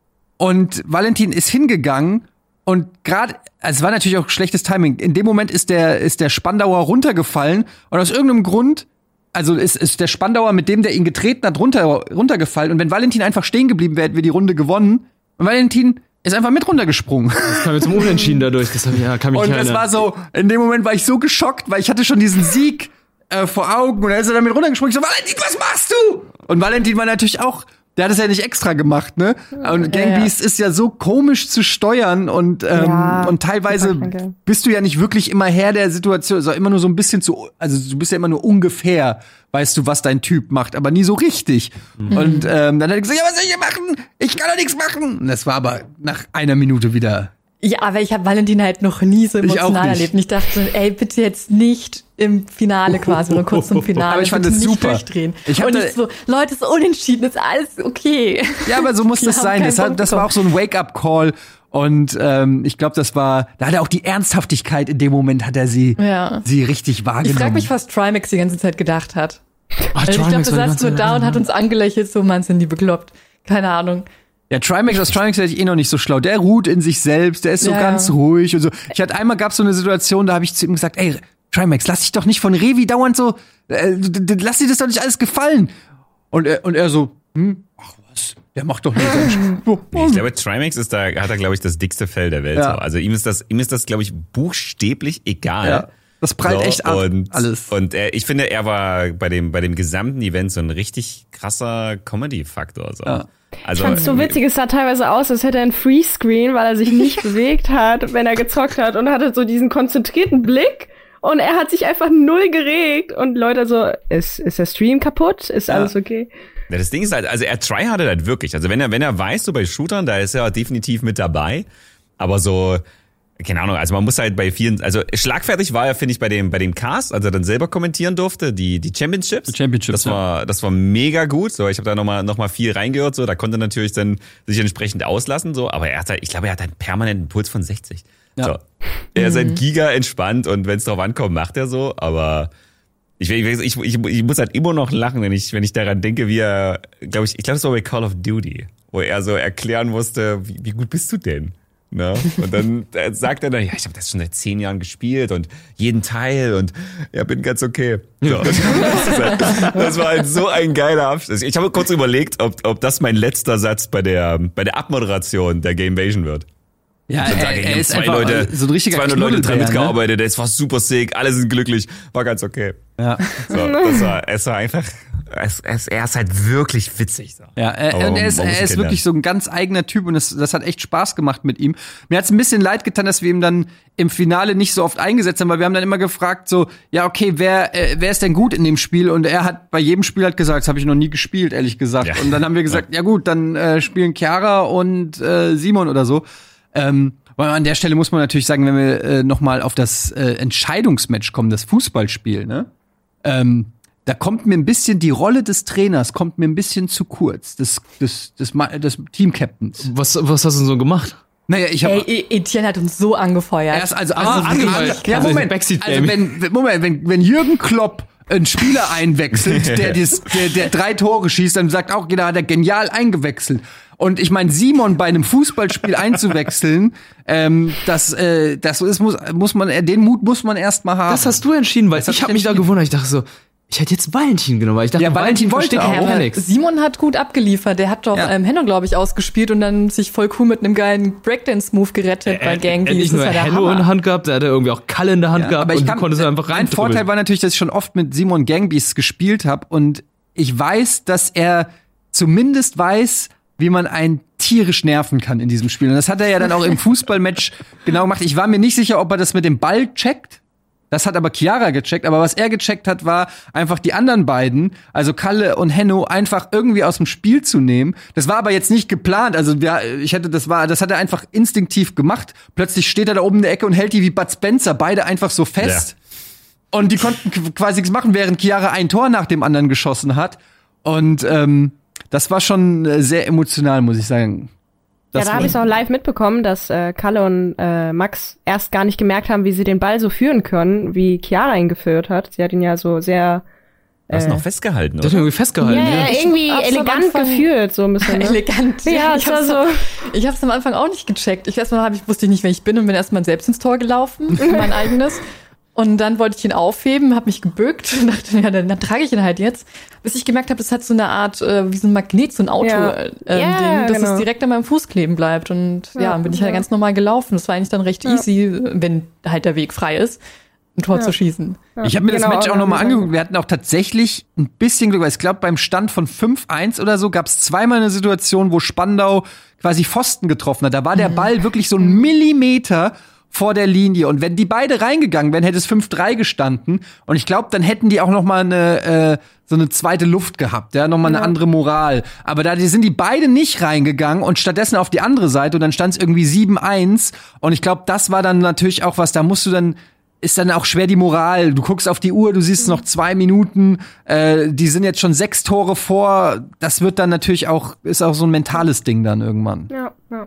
[SPEAKER 1] Und Valentin ist hingegangen und gerade, also es war natürlich auch schlechtes Timing. In dem Moment ist der Spandauer runtergefallen und aus irgendeinem Grund, also ist der Spandauer, mit dem der ihn getreten hat, runtergefallen. Und wenn Valentin einfach stehen geblieben wäre, hätten wir die Runde gewonnen. Und Valentin ist einfach mit runtergesprungen.
[SPEAKER 5] Das kam jetzt zum Unentschieden dadurch. Das kann mich
[SPEAKER 1] Und es war so, in dem Moment war ich so geschockt, weil ich hatte schon diesen Sieg vor Augen und er ist dann damit runtergesprungen. Ich so, Valentin, was machst du? Und Valentin war natürlich auch, der hat es ja nicht extra gemacht, ne? Und Gangbeast ist ja so komisch zu steuern und teilweise bist du ja nicht wirklich immer Herr der Situation, also immer nur so ein bisschen also du bist ja immer nur ungefähr, weißt du, was dein Typ macht, aber nie so richtig. Und dann hat er gesagt, ja, was soll ich hier machen? Ich kann doch nichts machen. Und das war aber nach einer Minute wieder.
[SPEAKER 2] Ja, aber ich habe Valentin halt noch nie so emotional erlebt. Und ich dachte, ey, bitte jetzt nicht im Finale quasi, nur kurz zum Finale.
[SPEAKER 1] Aber ich fand
[SPEAKER 2] bitte
[SPEAKER 1] das
[SPEAKER 2] nicht
[SPEAKER 1] super.
[SPEAKER 2] Durchdrehen. Und nicht so, Leute, es ist unentschieden, ist alles okay.
[SPEAKER 1] Ja, aber so muss das sein. Das war auch so ein Wake-up-Call. Und ich glaube, da hat er auch die Ernsthaftigkeit in dem Moment, hat er sie richtig wahrgenommen.
[SPEAKER 2] Ich frage mich, was Trimax die ganze Zeit gedacht hat.
[SPEAKER 5] Ach,
[SPEAKER 2] Ich glaube, der saß nur da und hat uns angelächelt, so, Mann, sind die bekloppt. Keine Ahnung.
[SPEAKER 1] Ja, Trimax hätte ich noch nicht so schlau. Der ruht in sich selbst, der ist so ganz ruhig und so. Gab's so eine Situation, da habe ich zu ihm gesagt, ey, Trimax, lass dich doch nicht von Revi dauernd so, lass dir das doch nicht alles gefallen. Und er so, ach was, der macht doch nicht.
[SPEAKER 3] Ich glaube, Trimax hat er, glaube ich, das dickste Fell der Welt.
[SPEAKER 1] Ja.
[SPEAKER 3] Also ihm ist das, glaube ich, buchstäblich egal.
[SPEAKER 1] Ja, das prallt echt ab, alles.
[SPEAKER 3] Und ich finde, er war bei dem gesamten Event so ein richtig krasser Comedy-Faktor. So.
[SPEAKER 1] Ja.
[SPEAKER 3] Also,
[SPEAKER 4] Ich fand's so witzig, es sah teilweise aus, als hätte er einen Freescreen, weil er sich nicht bewegt hat, wenn er gezockt hat und hatte so diesen konzentrierten Blick und er hat sich einfach null geregt und Leute so, ist der Stream kaputt? Ist alles okay?
[SPEAKER 3] Ja, das Ding ist halt, also er tryhardet halt wirklich. Also wenn er weiß, so bei Shootern, da ist er definitiv mit dabei. Aber so, keine Ahnung, also man muss halt bei vielen, also schlagfertig war er, finde ich, bei dem Cast, als er dann selber kommentieren durfte, die Championships. Das war mega gut. So, ich habe da noch mal viel reingehört, so, da konnte er natürlich dann sich entsprechend auslassen, so, aber ich glaube, er hat einen permanenten Puls von 60. Ja. So. Er ist halt giga entspannt und wenn es drauf ankommt, macht er so, aber ich muss halt immer noch lachen, wenn ich daran denke, wie er, ich glaube, das war bei Call of Duty, wo er so erklären musste, wie gut bist du denn? Ne? Und dann sagt er dann, ja, ich habe das schon seit 10 Jahren gespielt und jeden Teil und ja, bin ganz okay. So. Das war halt so ein geiler Abschluss. Ich habe kurz überlegt, ob das mein letzter Satz bei der Abmoderation der Gamevasion wird.
[SPEAKER 1] Ja, er ist
[SPEAKER 3] zwei
[SPEAKER 1] einfach
[SPEAKER 3] Leute,
[SPEAKER 1] so ein richtiger
[SPEAKER 3] 200 Leute dran
[SPEAKER 1] Knuddelbär,
[SPEAKER 3] mitgearbeitet, es war super sick, alle sind glücklich, war ganz okay.
[SPEAKER 1] Ja.
[SPEAKER 3] So, es war einfach, er ist halt wirklich witzig. So.
[SPEAKER 1] Ja, er ist wirklich so ein ganz eigener Typ und das hat echt Spaß gemacht mit ihm. Mir hat's ein bisschen leid getan, dass wir ihn dann im Finale nicht so oft eingesetzt haben, weil wir haben dann immer gefragt so, ja okay, wer ist denn gut in dem Spiel? Und er hat bei jedem Spiel gesagt, das habe ich noch nie gespielt, ehrlich gesagt. Ja. Und dann haben wir gesagt, ja gut, dann spielen Chiara und Simon oder so. Weil an der Stelle muss man natürlich sagen, wenn wir noch mal auf das Entscheidungsmatch kommen, das Fußballspiel, ne? Da kommt mir ein bisschen die Rolle des Trainers kommt mir ein bisschen zu kurz, des Team-Captains.
[SPEAKER 5] Was hast du denn so gemacht?
[SPEAKER 1] Naja,
[SPEAKER 2] Etienne hat uns so angefeuert.
[SPEAKER 1] Angefeuert. Ja, wenn Jürgen Klopp einen Spieler einwechselt, der 3 Tore schießt, dann sagt auch jeder, hat er genial eingewechselt. Und ich meine, Simon bei einem Fußballspiel einzuwechseln, den Mut muss man erst mal haben.
[SPEAKER 5] Das hast du entschieden, weil ich habe mich da gewundert. Ich dachte so, ich hätte jetzt Valentin genommen, weil ich dachte,
[SPEAKER 1] ja, Valentin wollte auch.
[SPEAKER 2] Simon hat gut abgeliefert. Der hat doch Henno, glaube ich, ausgespielt und dann sich voll cool mit einem geilen Breakdance-Move gerettet bei Gang.
[SPEAKER 5] Er hat nicht nur Henno in der Hand gehabt, der hatte irgendwie auch Kalle in der Hand gehabt.
[SPEAKER 1] Aber
[SPEAKER 5] und du konntest einfach rein.
[SPEAKER 1] Mein Vorteil war natürlich, dass ich schon oft mit Simon Gangbeasts gespielt habe und ich weiß, dass er zumindest weiß, wie man einen tierisch nerven kann in diesem Spiel. Und das hat er ja dann auch im Fußballmatch genau gemacht. Ich war mir nicht sicher, ob er das mit dem Ball checkt. Das hat aber Chiara gecheckt. Aber was er gecheckt hat, war einfach die anderen beiden, also Kalle und Henno, einfach irgendwie aus dem Spiel zu nehmen. Das war aber jetzt nicht geplant. Also das hat er einfach instinktiv gemacht. Plötzlich steht er da oben in der Ecke und hält die wie Bud Spencer beide einfach so fest. Ja. Und die konnten quasi nichts machen, während Chiara ein Tor nach dem anderen geschossen hat. Und das war schon sehr emotional, muss ich sagen.
[SPEAKER 4] Ja, da habe ich es auch live mitbekommen, dass Kalle und Max erst gar nicht gemerkt haben, wie sie den Ball so führen können, wie Chiara ihn geführt hat. Sie hat ihn ja so sehr
[SPEAKER 3] hast du noch festgehalten, oder?
[SPEAKER 5] Das hat irgendwie festgehalten,
[SPEAKER 4] ja. Irgendwie elegant geführt, so ein bisschen. Ne?
[SPEAKER 2] Elegant.
[SPEAKER 4] Ja, ich
[SPEAKER 2] hab's am Anfang auch nicht gecheckt. Wusste ich nicht, wer ich bin und bin erstmal selbst ins Tor gelaufen, mein eigenes. Und dann wollte ich ihn aufheben, habe mich gebückt und dachte, ja, dann trage ich ihn halt jetzt. Bis ich gemerkt habe, das hat so eine Art, wie so ein Magnet, so ein Auto-Ding, dass es direkt an meinem Fuß kleben bleibt. Und bin ich halt ganz normal gelaufen. Das war eigentlich dann recht easy, wenn halt der Weg frei ist, ein Tor zu schießen.
[SPEAKER 1] Ja. Ich habe mir das Match auch nochmal angeguckt. Wir hatten auch tatsächlich ein bisschen Glück, weil ich glaube, beim Stand von 5-1 oder so gab es zweimal eine Situation, wo Spandau quasi Pfosten getroffen hat. Da war der Ball wirklich so einen Millimeter vor der Linie. Und wenn die beide reingegangen wären, hätte es 5-3 gestanden. Und ich glaube, dann hätten die auch noch mal so eine zweite Luft gehabt, ja, noch mal eine andere Moral. Aber da sind die beide nicht reingegangen und stattdessen auf die andere Seite und dann stand es irgendwie 7-1. Und ich glaube, das war dann natürlich auch was, da musst du dann ist dann auch schwer die Moral. Du guckst auf die Uhr, du siehst noch 2 Minuten, die sind jetzt schon 6 Tore vor. Das wird dann natürlich ist auch so ein mentales Ding dann irgendwann.
[SPEAKER 4] Ja.
[SPEAKER 3] Das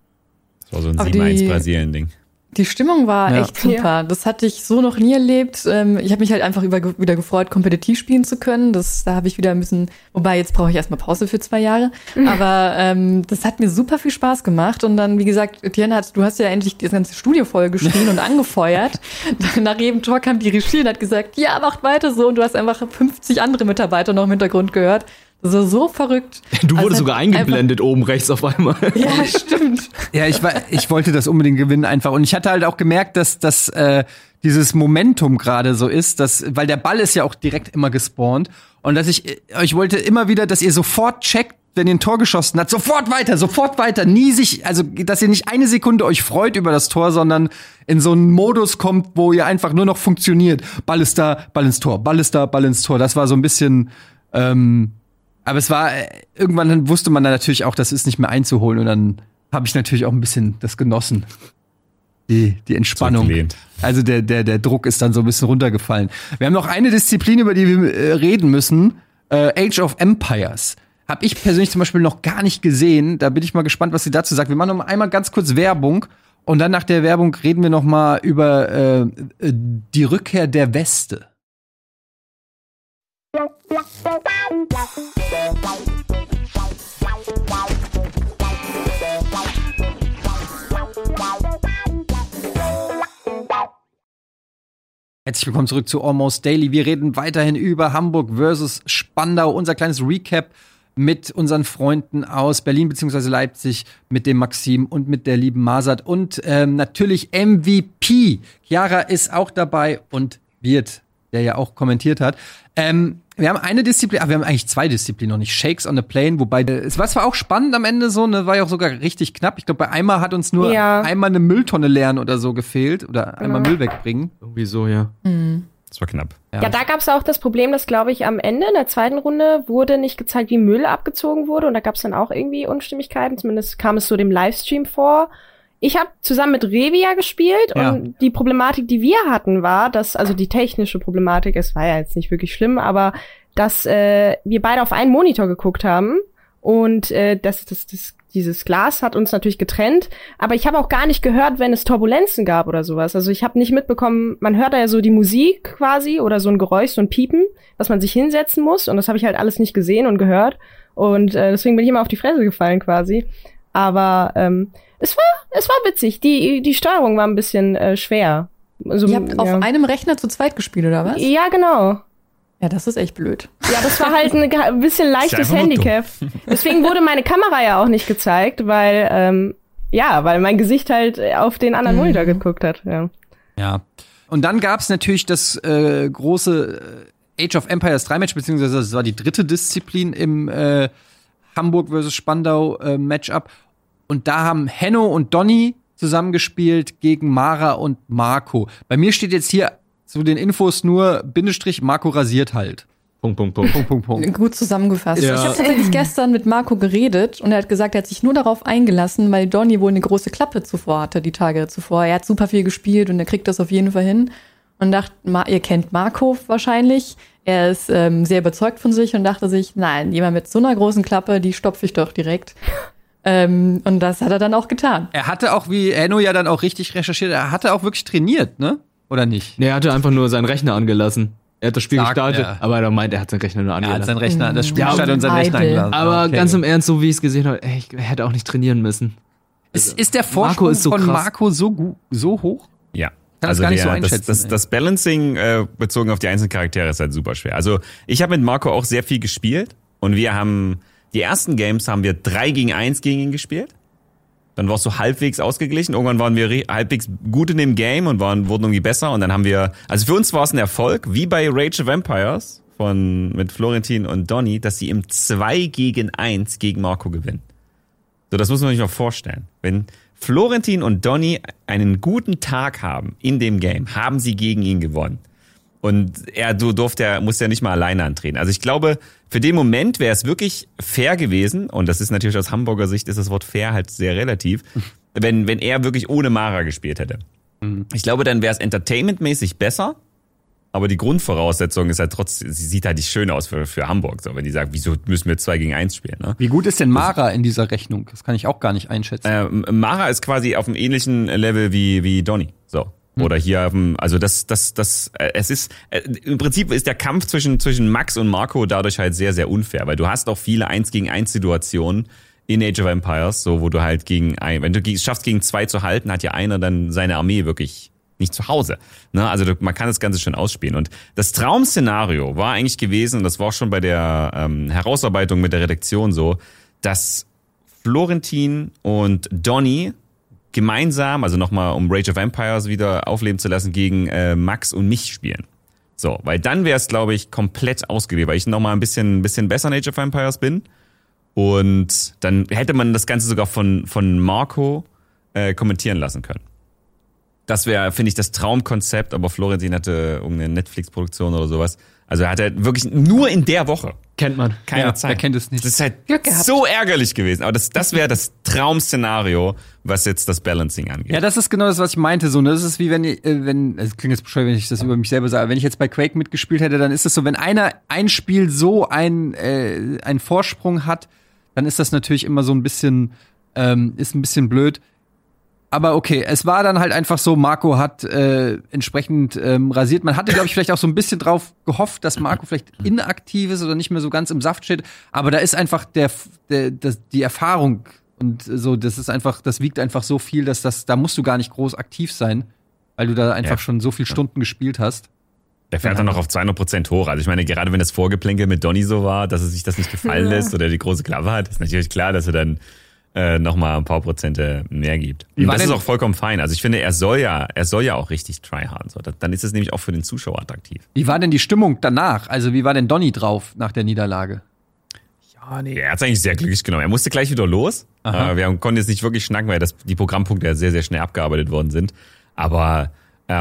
[SPEAKER 3] war so ein 7-1 Brasilien-Ding.
[SPEAKER 2] Die Stimmung war echt super. Ja. Das hatte ich so noch nie erlebt. Ich habe mich halt einfach wieder gefreut, kompetitiv spielen zu können. Da habe ich wieder ein bisschen, wobei jetzt brauche ich erstmal Pause für 2 Jahre. Aber das hat mir super viel Spaß gemacht. Und dann, wie gesagt, Etienne, du hast ja endlich das ganze Studio voll geschrien und angefeuert. Nach jedem Tor kam die Regie und hat gesagt, ja, macht weiter so. Und du hast einfach 50 andere Mitarbeiter noch im Hintergrund gehört. So verrückt.
[SPEAKER 5] Du wurdest sogar eingeblendet oben rechts auf einmal.
[SPEAKER 2] Ja, stimmt.
[SPEAKER 1] Ja, ich wollte das unbedingt gewinnen einfach. Und ich hatte halt auch gemerkt, dass dieses Momentum gerade so ist, weil der Ball ist ja auch direkt immer gespawnt. Und ich wollte immer wieder, dass ihr sofort checkt, wenn ihr ein Tor geschossen habt, sofort weiter. Also, dass ihr nicht eine Sekunde euch freut über das Tor, sondern in so einen Modus kommt, wo ihr einfach nur noch funktioniert. Ball ist da, Ball ins Tor, Ball ist da, Ball ins Tor. Das war so ein bisschen, aber es war, irgendwann wusste man dann natürlich auch, das ist nicht mehr einzuholen. Und dann habe ich natürlich auch ein bisschen das genossen. Die Entspannung. Also der Druck ist dann so ein bisschen runtergefallen. Wir haben noch eine Disziplin, über die wir reden müssen. Age of Empires. Habe ich persönlich zum Beispiel noch gar nicht gesehen. Da bin ich mal gespannt, was sie dazu sagt. Wir machen noch einmal ganz kurz Werbung. Und dann nach der Werbung reden wir noch mal über die Rückkehr der Weste. Herzlich willkommen zurück zu Almost Daily. Wir reden weiterhin über Hamburg versus Spandau. Unser kleines Recap mit unseren Freunden aus Berlin bzw. Leipzig, mit dem Maxim und mit der lieben Masat. Und natürlich MVP. Chiara ist auch dabei und Wirt, der ja auch kommentiert hat. Wir haben eine Disziplin, wir haben eigentlich 2 Disziplinen noch nicht. Shakes on the Plane, wobei es war zwar auch spannend am Ende so, ne, war ja auch sogar richtig knapp. Ich glaube, bei einmal hat uns nur einmal eine Mülltonne leeren oder so gefehlt oder einmal Müll wegbringen.
[SPEAKER 5] Irgendwie so, ja.
[SPEAKER 3] Das war knapp.
[SPEAKER 4] Ja, da gab es auch das Problem, dass, glaube ich, am Ende in der zweiten Runde wurde nicht gezeigt, wie Müll abgezogen wurde. Und da gab es dann auch irgendwie Unstimmigkeiten. Zumindest kam es so dem Livestream vor. Ich habe zusammen mit Revia gespielt und die Problematik, die wir hatten, war, dass, also die technische Problematik, es war ja jetzt nicht wirklich schlimm, aber dass wir beide auf einen Monitor geguckt haben und dieses Glas hat uns natürlich getrennt, aber ich habe auch gar nicht gehört, wenn es Turbulenzen gab oder sowas. Also ich habe nicht mitbekommen, man hört da ja so die Musik quasi oder so ein Geräusch, so ein Piepen, dass man sich hinsetzen muss und das habe ich halt alles nicht gesehen und gehört und deswegen bin ich immer auf die Fresse gefallen quasi. Aber es war witzig. Die Steuerung war ein bisschen schwer. Also,
[SPEAKER 2] ihr habt auf einem Rechner zu zweit gespielt, oder was?
[SPEAKER 4] Ja, genau.
[SPEAKER 2] Ja, das ist echt blöd.
[SPEAKER 4] Ja, das war halt ein bisschen leichtes Handicap. Deswegen wurde meine Kamera ja auch nicht gezeigt, weil mein Gesicht halt auf den anderen Monitor geguckt hat.
[SPEAKER 1] Ja. Und dann gab's natürlich das große Age of Empires 3 Match, beziehungsweise das war die 3. Disziplin im Hamburg versus Spandau Matchup. Und da haben Henno und Donny zusammengespielt gegen Mara und Marco. Bei mir steht jetzt hier zu den Infos nur Bindestrich, Marco rasiert halt.
[SPEAKER 5] Punkt.
[SPEAKER 2] Gut zusammengefasst.
[SPEAKER 5] Ja.
[SPEAKER 2] Ich habe tatsächlich gestern mit Marco geredet und er hat gesagt, er hat sich nur darauf eingelassen, weil Donny wohl eine große Klappe zuvor hatte, die Tage zuvor. Er hat super viel gespielt und er kriegt das auf jeden Fall hin. Und dachte, ihr kennt Marco wahrscheinlich. Er ist sehr überzeugt von sich und dachte sich, nein, jemand mit so einer großen Klappe, die stopfe ich doch direkt. Und das hat er dann auch getan.
[SPEAKER 1] Er hatte auch, wie Enno ja dann auch richtig recherchiert, er hatte auch wirklich trainiert, ne? Oder nicht?
[SPEAKER 5] Nee, er hatte einfach nur seinen Rechner angelassen. Er hat das Spiel gestartet, aber er meint, er hat seinen Rechner nur angelassen.
[SPEAKER 1] Er hat seinen Rechner, das Spiel gestartet und seinen Rechner angelassen.
[SPEAKER 5] Aber ganz im Ernst, so wie ich es gesehen habe, er hätte auch nicht trainieren müssen.
[SPEAKER 1] Ist der Vorsprung von Marco so hoch?
[SPEAKER 3] Ja.
[SPEAKER 1] Kann das gar nicht so einschätzen.
[SPEAKER 3] Das Balancing bezogen auf die einzelnen Charaktere ist halt super schwer. Also ich habe mit Marco auch sehr viel gespielt und wir haben die ersten Games haben wir 3-1 gegen ihn gespielt. Dann war es so halbwegs ausgeglichen. Irgendwann waren wir halbwegs gut in dem Game und wurden irgendwie besser. Und dann haben wir, also für uns war es ein Erfolg, wie bei Rage of Empires mit Florentin und Donny, dass sie im 2-1 gegen Marco gewinnen. So, das muss man sich mal vorstellen. Wenn Florentin und Donny einen guten Tag haben in dem Game, haben sie gegen ihn gewonnen. Und musste ja nicht mal alleine antreten. Also ich glaube, für den Moment wäre es wirklich fair gewesen, und das ist natürlich aus Hamburger Sicht, ist das Wort fair halt sehr relativ, wenn er wirklich ohne Mara gespielt hätte. Ich glaube, dann wäre es entertainmentmäßig besser, aber die Grundvoraussetzung ist halt trotzdem, sie sieht halt nicht schön aus für Hamburg, so, wenn die sagt, wieso müssen wir 2-1 spielen, ne?
[SPEAKER 1] Wie gut ist denn Mara in dieser Rechnung? Das kann ich auch gar nicht einschätzen.
[SPEAKER 3] Mara ist quasi auf dem ähnlichen Level wie Donny, so. Oder hier, also es ist, im Prinzip ist der Kampf zwischen Max und Marco dadurch halt sehr, sehr unfair, weil du hast auch viele 1-1 Situationen in Age of Empires, so, wo du halt wenn du es schaffst, gegen 2 zu halten, hat ja einer dann seine Armee wirklich nicht zu Hause. Ne? Also man kann das Ganze schon ausspielen. Und das Traum-Szenario war eigentlich gewesen, und das war auch schon bei der Herausarbeitung mit der Redaktion so, dass Florentin und Donny gemeinsam, also nochmal um Rage of Empires wieder aufleben zu lassen, gegen Max und mich spielen. So, weil dann wäre es, glaube ich, komplett ausgewählt, weil ich nochmal ein bisschen besser in Age of Empires bin. Und dann hätte man das Ganze sogar von Marco kommentieren lassen können. Das wäre, finde ich, das Traumkonzept, aber Florentin hatte irgendeine Netflix-Produktion oder sowas. Also er hatte wirklich nur in der Woche.
[SPEAKER 5] Kennt man.
[SPEAKER 3] Keine Zeit.
[SPEAKER 1] Wer kennt es nicht.
[SPEAKER 3] Das ist halt so ärgerlich gewesen. Aber das wäre das Traum-Szenario, was jetzt das Balancing angeht.
[SPEAKER 1] Ja, das ist genau das, was ich meinte. So, ne? Das ist wie wenn, es klingt jetzt bescheuert, wenn ich das über mich selber sage, wenn ich jetzt bei Quake mitgespielt hätte, dann ist es so, wenn einer ein Spiel so einen Vorsprung hat, dann ist das natürlich immer so ein bisschen, ist ein bisschen blöd. Aber okay, es war dann halt einfach so, Marco hat entsprechend rasiert. Man hatte, glaube ich, vielleicht auch so ein bisschen drauf gehofft, dass Marco vielleicht inaktiv ist oder nicht mehr so ganz im Saft steht. Aber da ist einfach die Erfahrung und so, das wiegt einfach so viel, dass da musst du gar nicht groß aktiv sein, weil du da einfach schon so viele Stunden gespielt hast.
[SPEAKER 3] Der fährt dann noch auf 200% hoch. Also ich meine, gerade wenn das Vorgeplänkel mit Donny so war, dass er sich das nicht gefallen lässt oder die große Klappe hat, ist natürlich klar, dass er dann nochmal ein paar Prozente mehr gibt. Und das ist auch vollkommen fein. Also ich finde, er soll ja auch richtig tryharden. So, dann ist es nämlich auch für den Zuschauer attraktiv.
[SPEAKER 1] Wie war denn die Stimmung danach? Also wie war denn Donny drauf nach der Niederlage?
[SPEAKER 3] Ja, nee, er hat es eigentlich sehr glücklich genommen. Er musste gleich wieder los. Wir konnten jetzt nicht wirklich schnacken, weil die Programmpunkte ja sehr, sehr schnell abgearbeitet worden sind. Aber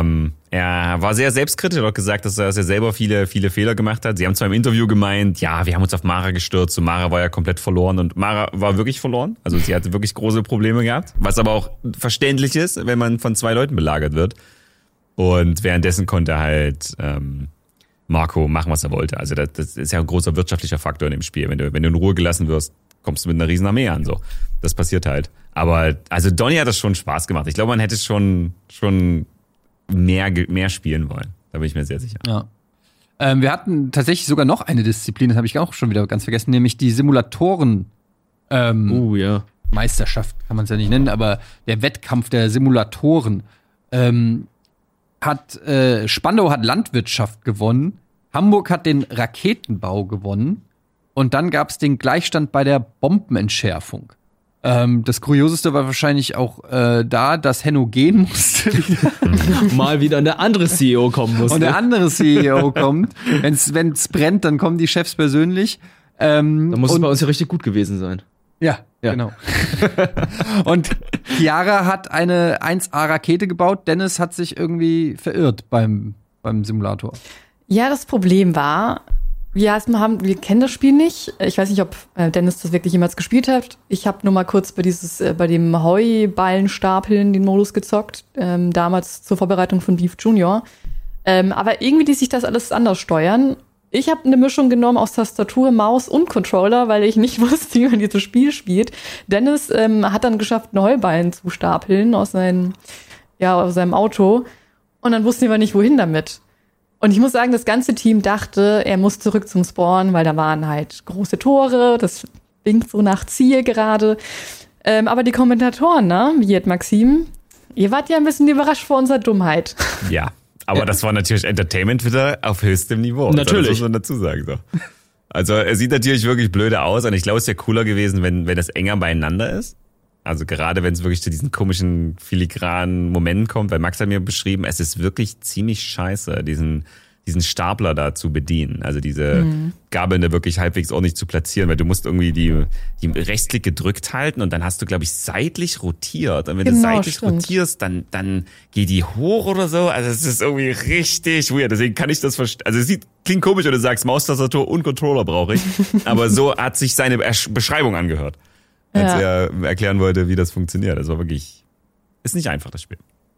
[SPEAKER 3] er war sehr selbstkritisch, hat auch gesagt, dass er selber viele, viele Fehler gemacht hat. Sie haben zwar im Interview gemeint, ja, wir haben uns auf Mara gestürzt und Mara war ja komplett verloren und Mara war wirklich verloren. Also sie hatte wirklich große Probleme gehabt, was aber auch verständlich ist, wenn man von 2 Leuten belagert wird. Und währenddessen konnte halt Marco machen, was er wollte. Also das ist ja ein großer wirtschaftlicher Faktor in dem Spiel. Wenn du in Ruhe gelassen wirst, kommst du mit einer riesen Armee an. So, das passiert halt. Aber also Donny hat das schon Spaß gemacht. Ich glaube, man hätte schon mehr spielen wollen. Da bin ich mir sehr sicher.
[SPEAKER 1] Ja. Wir hatten tatsächlich sogar noch eine Disziplin, das habe ich auch schon wieder ganz vergessen, nämlich die Simulatoren Meisterschaft, kann man es ja nicht nennen, aber der Wettkampf der Simulatoren. Spandau hat Landwirtschaft gewonnen, Hamburg hat den Raketenbau gewonnen und dann gab es den Gleichstand bei der Bombenentschärfung. Das Kurioseste war wahrscheinlich auch dass Henno gehen musste.
[SPEAKER 5] Mal wieder eine andere CEO kommen musste.
[SPEAKER 1] Und der andere CEO kommt. Wenn's brennt, dann kommen die Chefs persönlich.
[SPEAKER 5] Dann muss es bei uns ja richtig gut gewesen sein.
[SPEAKER 1] Ja. Genau. Und Chiara hat eine 1A-Rakete gebaut. Dennis hat sich irgendwie verirrt beim Simulator.
[SPEAKER 2] Ja, das Problem war, wir kennen das Spiel nicht. Ich weiß nicht, ob Dennis das wirklich jemals gespielt hat. Ich habe nur mal kurz bei dem Heuballenstapeln den Modus gezockt, damals zur Vorbereitung von Beef Junior. Aber irgendwie ließ sich das alles anders steuern. Ich habe eine Mischung genommen aus Tastatur, Maus und Controller, weil ich nicht wusste, wie man dieses Spiel spielt. Dennis hat dann geschafft, einen Heuballen zu stapeln aus seinem Auto. Und dann wussten wir nicht, wohin damit. Und ich muss sagen, das ganze Team dachte, er muss zurück zum Spawn, weil da waren halt große Tore, das winkt so nach Ziel gerade. Aber die Kommentatoren, ne, wie jetzt Maxim, ihr wart ja ein bisschen überrascht vor unserer Dummheit.
[SPEAKER 3] Ja, aber das war natürlich Entertainment wieder auf höchstem Niveau.
[SPEAKER 5] Natürlich.
[SPEAKER 3] Das muss man dazu sagen. So. Also er sieht natürlich wirklich blöde aus und ich glaube, es wäre cooler gewesen, wenn das enger beieinander ist. Also gerade wenn es wirklich zu diesen komischen, filigranen Momenten kommt, weil Max hat mir beschrieben, es ist wirklich ziemlich scheiße, diesen Stapler da zu bedienen. Also diese Gabeln da wirklich halbwegs ordentlich zu platzieren, weil du musst irgendwie die Rechtsklick gedrückt halten und dann hast du, glaube ich, seitlich rotiert. Und wenn du seitlich rotierst, dann geht die hoch oder so. Also es ist irgendwie richtig weird. Deswegen kann ich das verstehen. Also es klingt komisch, wenn du sagst, Maustastatur und Controller brauche ich. Aber so hat sich seine Beschreibung angehört, als er erklären wollte, wie das funktioniert. Das war wirklich, ist nicht einfach, das Spiel.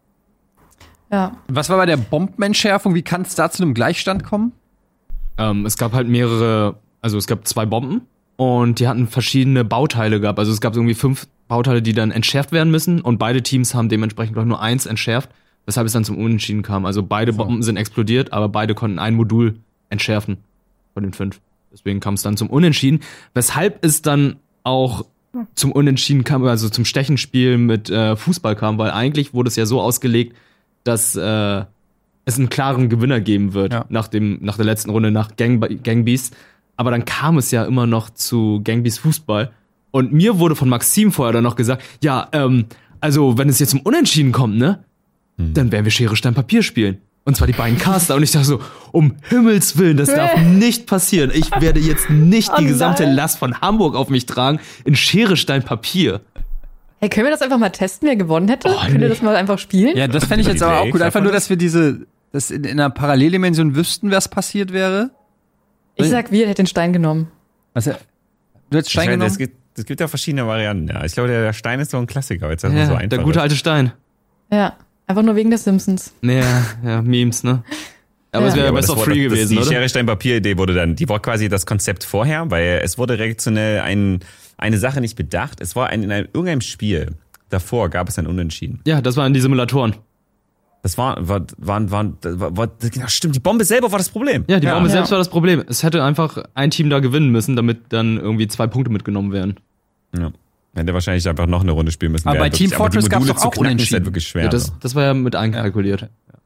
[SPEAKER 2] Ja.
[SPEAKER 1] Was war bei der Bombenentschärfung? Wie kann es da zu einem Gleichstand kommen?
[SPEAKER 5] Es gab halt es gab 2 Bomben und die hatten verschiedene Bauteile gehabt. Also es gab irgendwie 5 Bauteile, die dann entschärft werden müssen und beide Teams haben dementsprechend auch nur 1 entschärft, weshalb es dann zum Unentschieden kam. Also beide Bomben sind explodiert, aber beide konnten ein Modul entschärfen von den 5. Deswegen kam es dann zum Unentschieden, weshalb es dann auch zum Unentschieden kam, also zum Stechenspiel mit Fußball kam, weil eigentlich wurde es ja so ausgelegt, dass es einen klaren Gewinner geben wird nach der letzten Runde nach Gangbeasts. Aber dann kam es ja immer noch zu Gangbeasts Fußball. Und mir wurde von Maxim vorher dann noch gesagt, also wenn es jetzt zum Unentschieden kommt, ne, dann werden wir Schere, Stein, Papier spielen. Und zwar die beiden Caster. Und ich dachte so, um Himmels Willen, das darf nicht passieren. Ich werde jetzt nicht die gesamte Last von Hamburg auf mich tragen in Schere, Stein, Papier.
[SPEAKER 2] Hey, können wir das einfach mal testen, wer gewonnen hätte? Können wir das mal einfach spielen?
[SPEAKER 1] Ja, das fände ich jetzt aber auch gut. Einfach nur, dass wir das in einer Paralleldimension wüssten, was passiert wäre.
[SPEAKER 2] Ich sag, wir hätten den Stein genommen.
[SPEAKER 1] Du hättest Stein genommen?
[SPEAKER 3] Es gibt ja verschiedene Varianten. Ja. Ich glaube, der Stein ist so ein Klassiker. Jetzt so einfach
[SPEAKER 5] der gute alte Stein.
[SPEAKER 2] Ja, einfach nur wegen der Simpsons.
[SPEAKER 5] Ja, Memes, ne? Aber es wäre ja Best of Three gewesen, oder?
[SPEAKER 3] Die Schere-Stein-Papier-Idee wurde dann, die war quasi das Konzept vorher, weil es wurde reaktionell eine Sache nicht bedacht. Es war in irgendeinem Spiel davor gab es ein Unentschieden.
[SPEAKER 5] Ja, das waren die Simulatoren.
[SPEAKER 3] Das waren stimmt, die Bombe selber war das Problem.
[SPEAKER 5] Ja, die Bombe selbst war das Problem. Es hätte einfach ein Team da gewinnen müssen, damit dann irgendwie 2 Punkte mitgenommen werden.
[SPEAKER 3] Ja. Hätte wahrscheinlich einfach noch eine Runde spielen müssen.
[SPEAKER 1] Aber bei Team Fortress gab es doch auch Unentschieden.
[SPEAKER 3] Ist halt wirklich schwer.
[SPEAKER 5] Ja, das war ja mit einkalkuliert.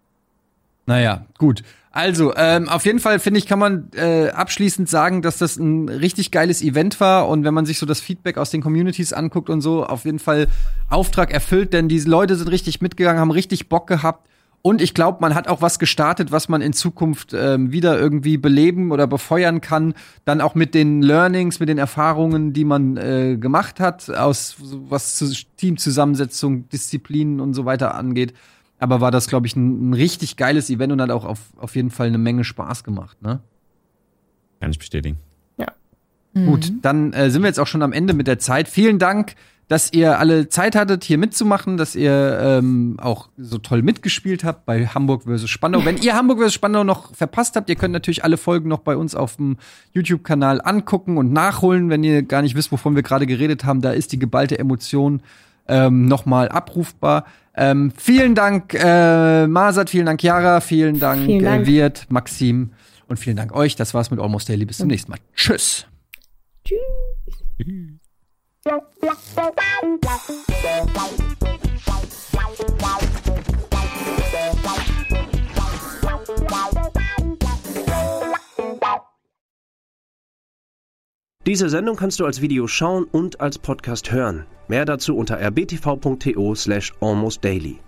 [SPEAKER 1] Naja, gut. Also, auf jeden Fall, finde ich, kann man abschließend sagen, dass das ein richtig geiles Event war. Und wenn man sich so das Feedback aus den Communities anguckt und so, auf jeden Fall Auftrag erfüllt. Denn diese Leute sind richtig mitgegangen, haben richtig Bock gehabt. Und ich glaube, man hat auch was gestartet, was man in Zukunft wieder irgendwie beleben oder befeuern kann. Dann auch mit den Learnings, mit den Erfahrungen, die man gemacht hat, was Teamzusammensetzung, Disziplinen und so weiter angeht. Aber war das, glaube ich, ein richtig geiles Event und hat auch auf jeden Fall eine Menge Spaß gemacht, ne?
[SPEAKER 3] Kann ich bestätigen.
[SPEAKER 4] Ja.
[SPEAKER 1] Gut, dann sind wir jetzt auch schon am Ende mit der Zeit. Vielen Dank, dass ihr alle Zeit hattet, hier mitzumachen, dass ihr auch so toll mitgespielt habt bei Hamburg vs. Spandau. Wenn ihr Hamburg vs. Spandau noch verpasst habt, ihr könnt natürlich alle Folgen noch bei uns auf dem YouTube-Kanal angucken und nachholen, wenn ihr gar nicht wisst, wovon wir gerade geredet haben. Da ist die geballte Emotion nochmal abrufbar. Vielen Dank, Masat, vielen Dank, Chiara, vielen Dank, Wirt, Maxim und vielen Dank euch. Das war's mit Almost Daily. Bis zum nächsten Mal. Tschüss.
[SPEAKER 4] Tschüss.
[SPEAKER 6] Diese Sendung kannst du als Video schauen und als Podcast hören. Mehr dazu unter rbtv.to/almostdaily.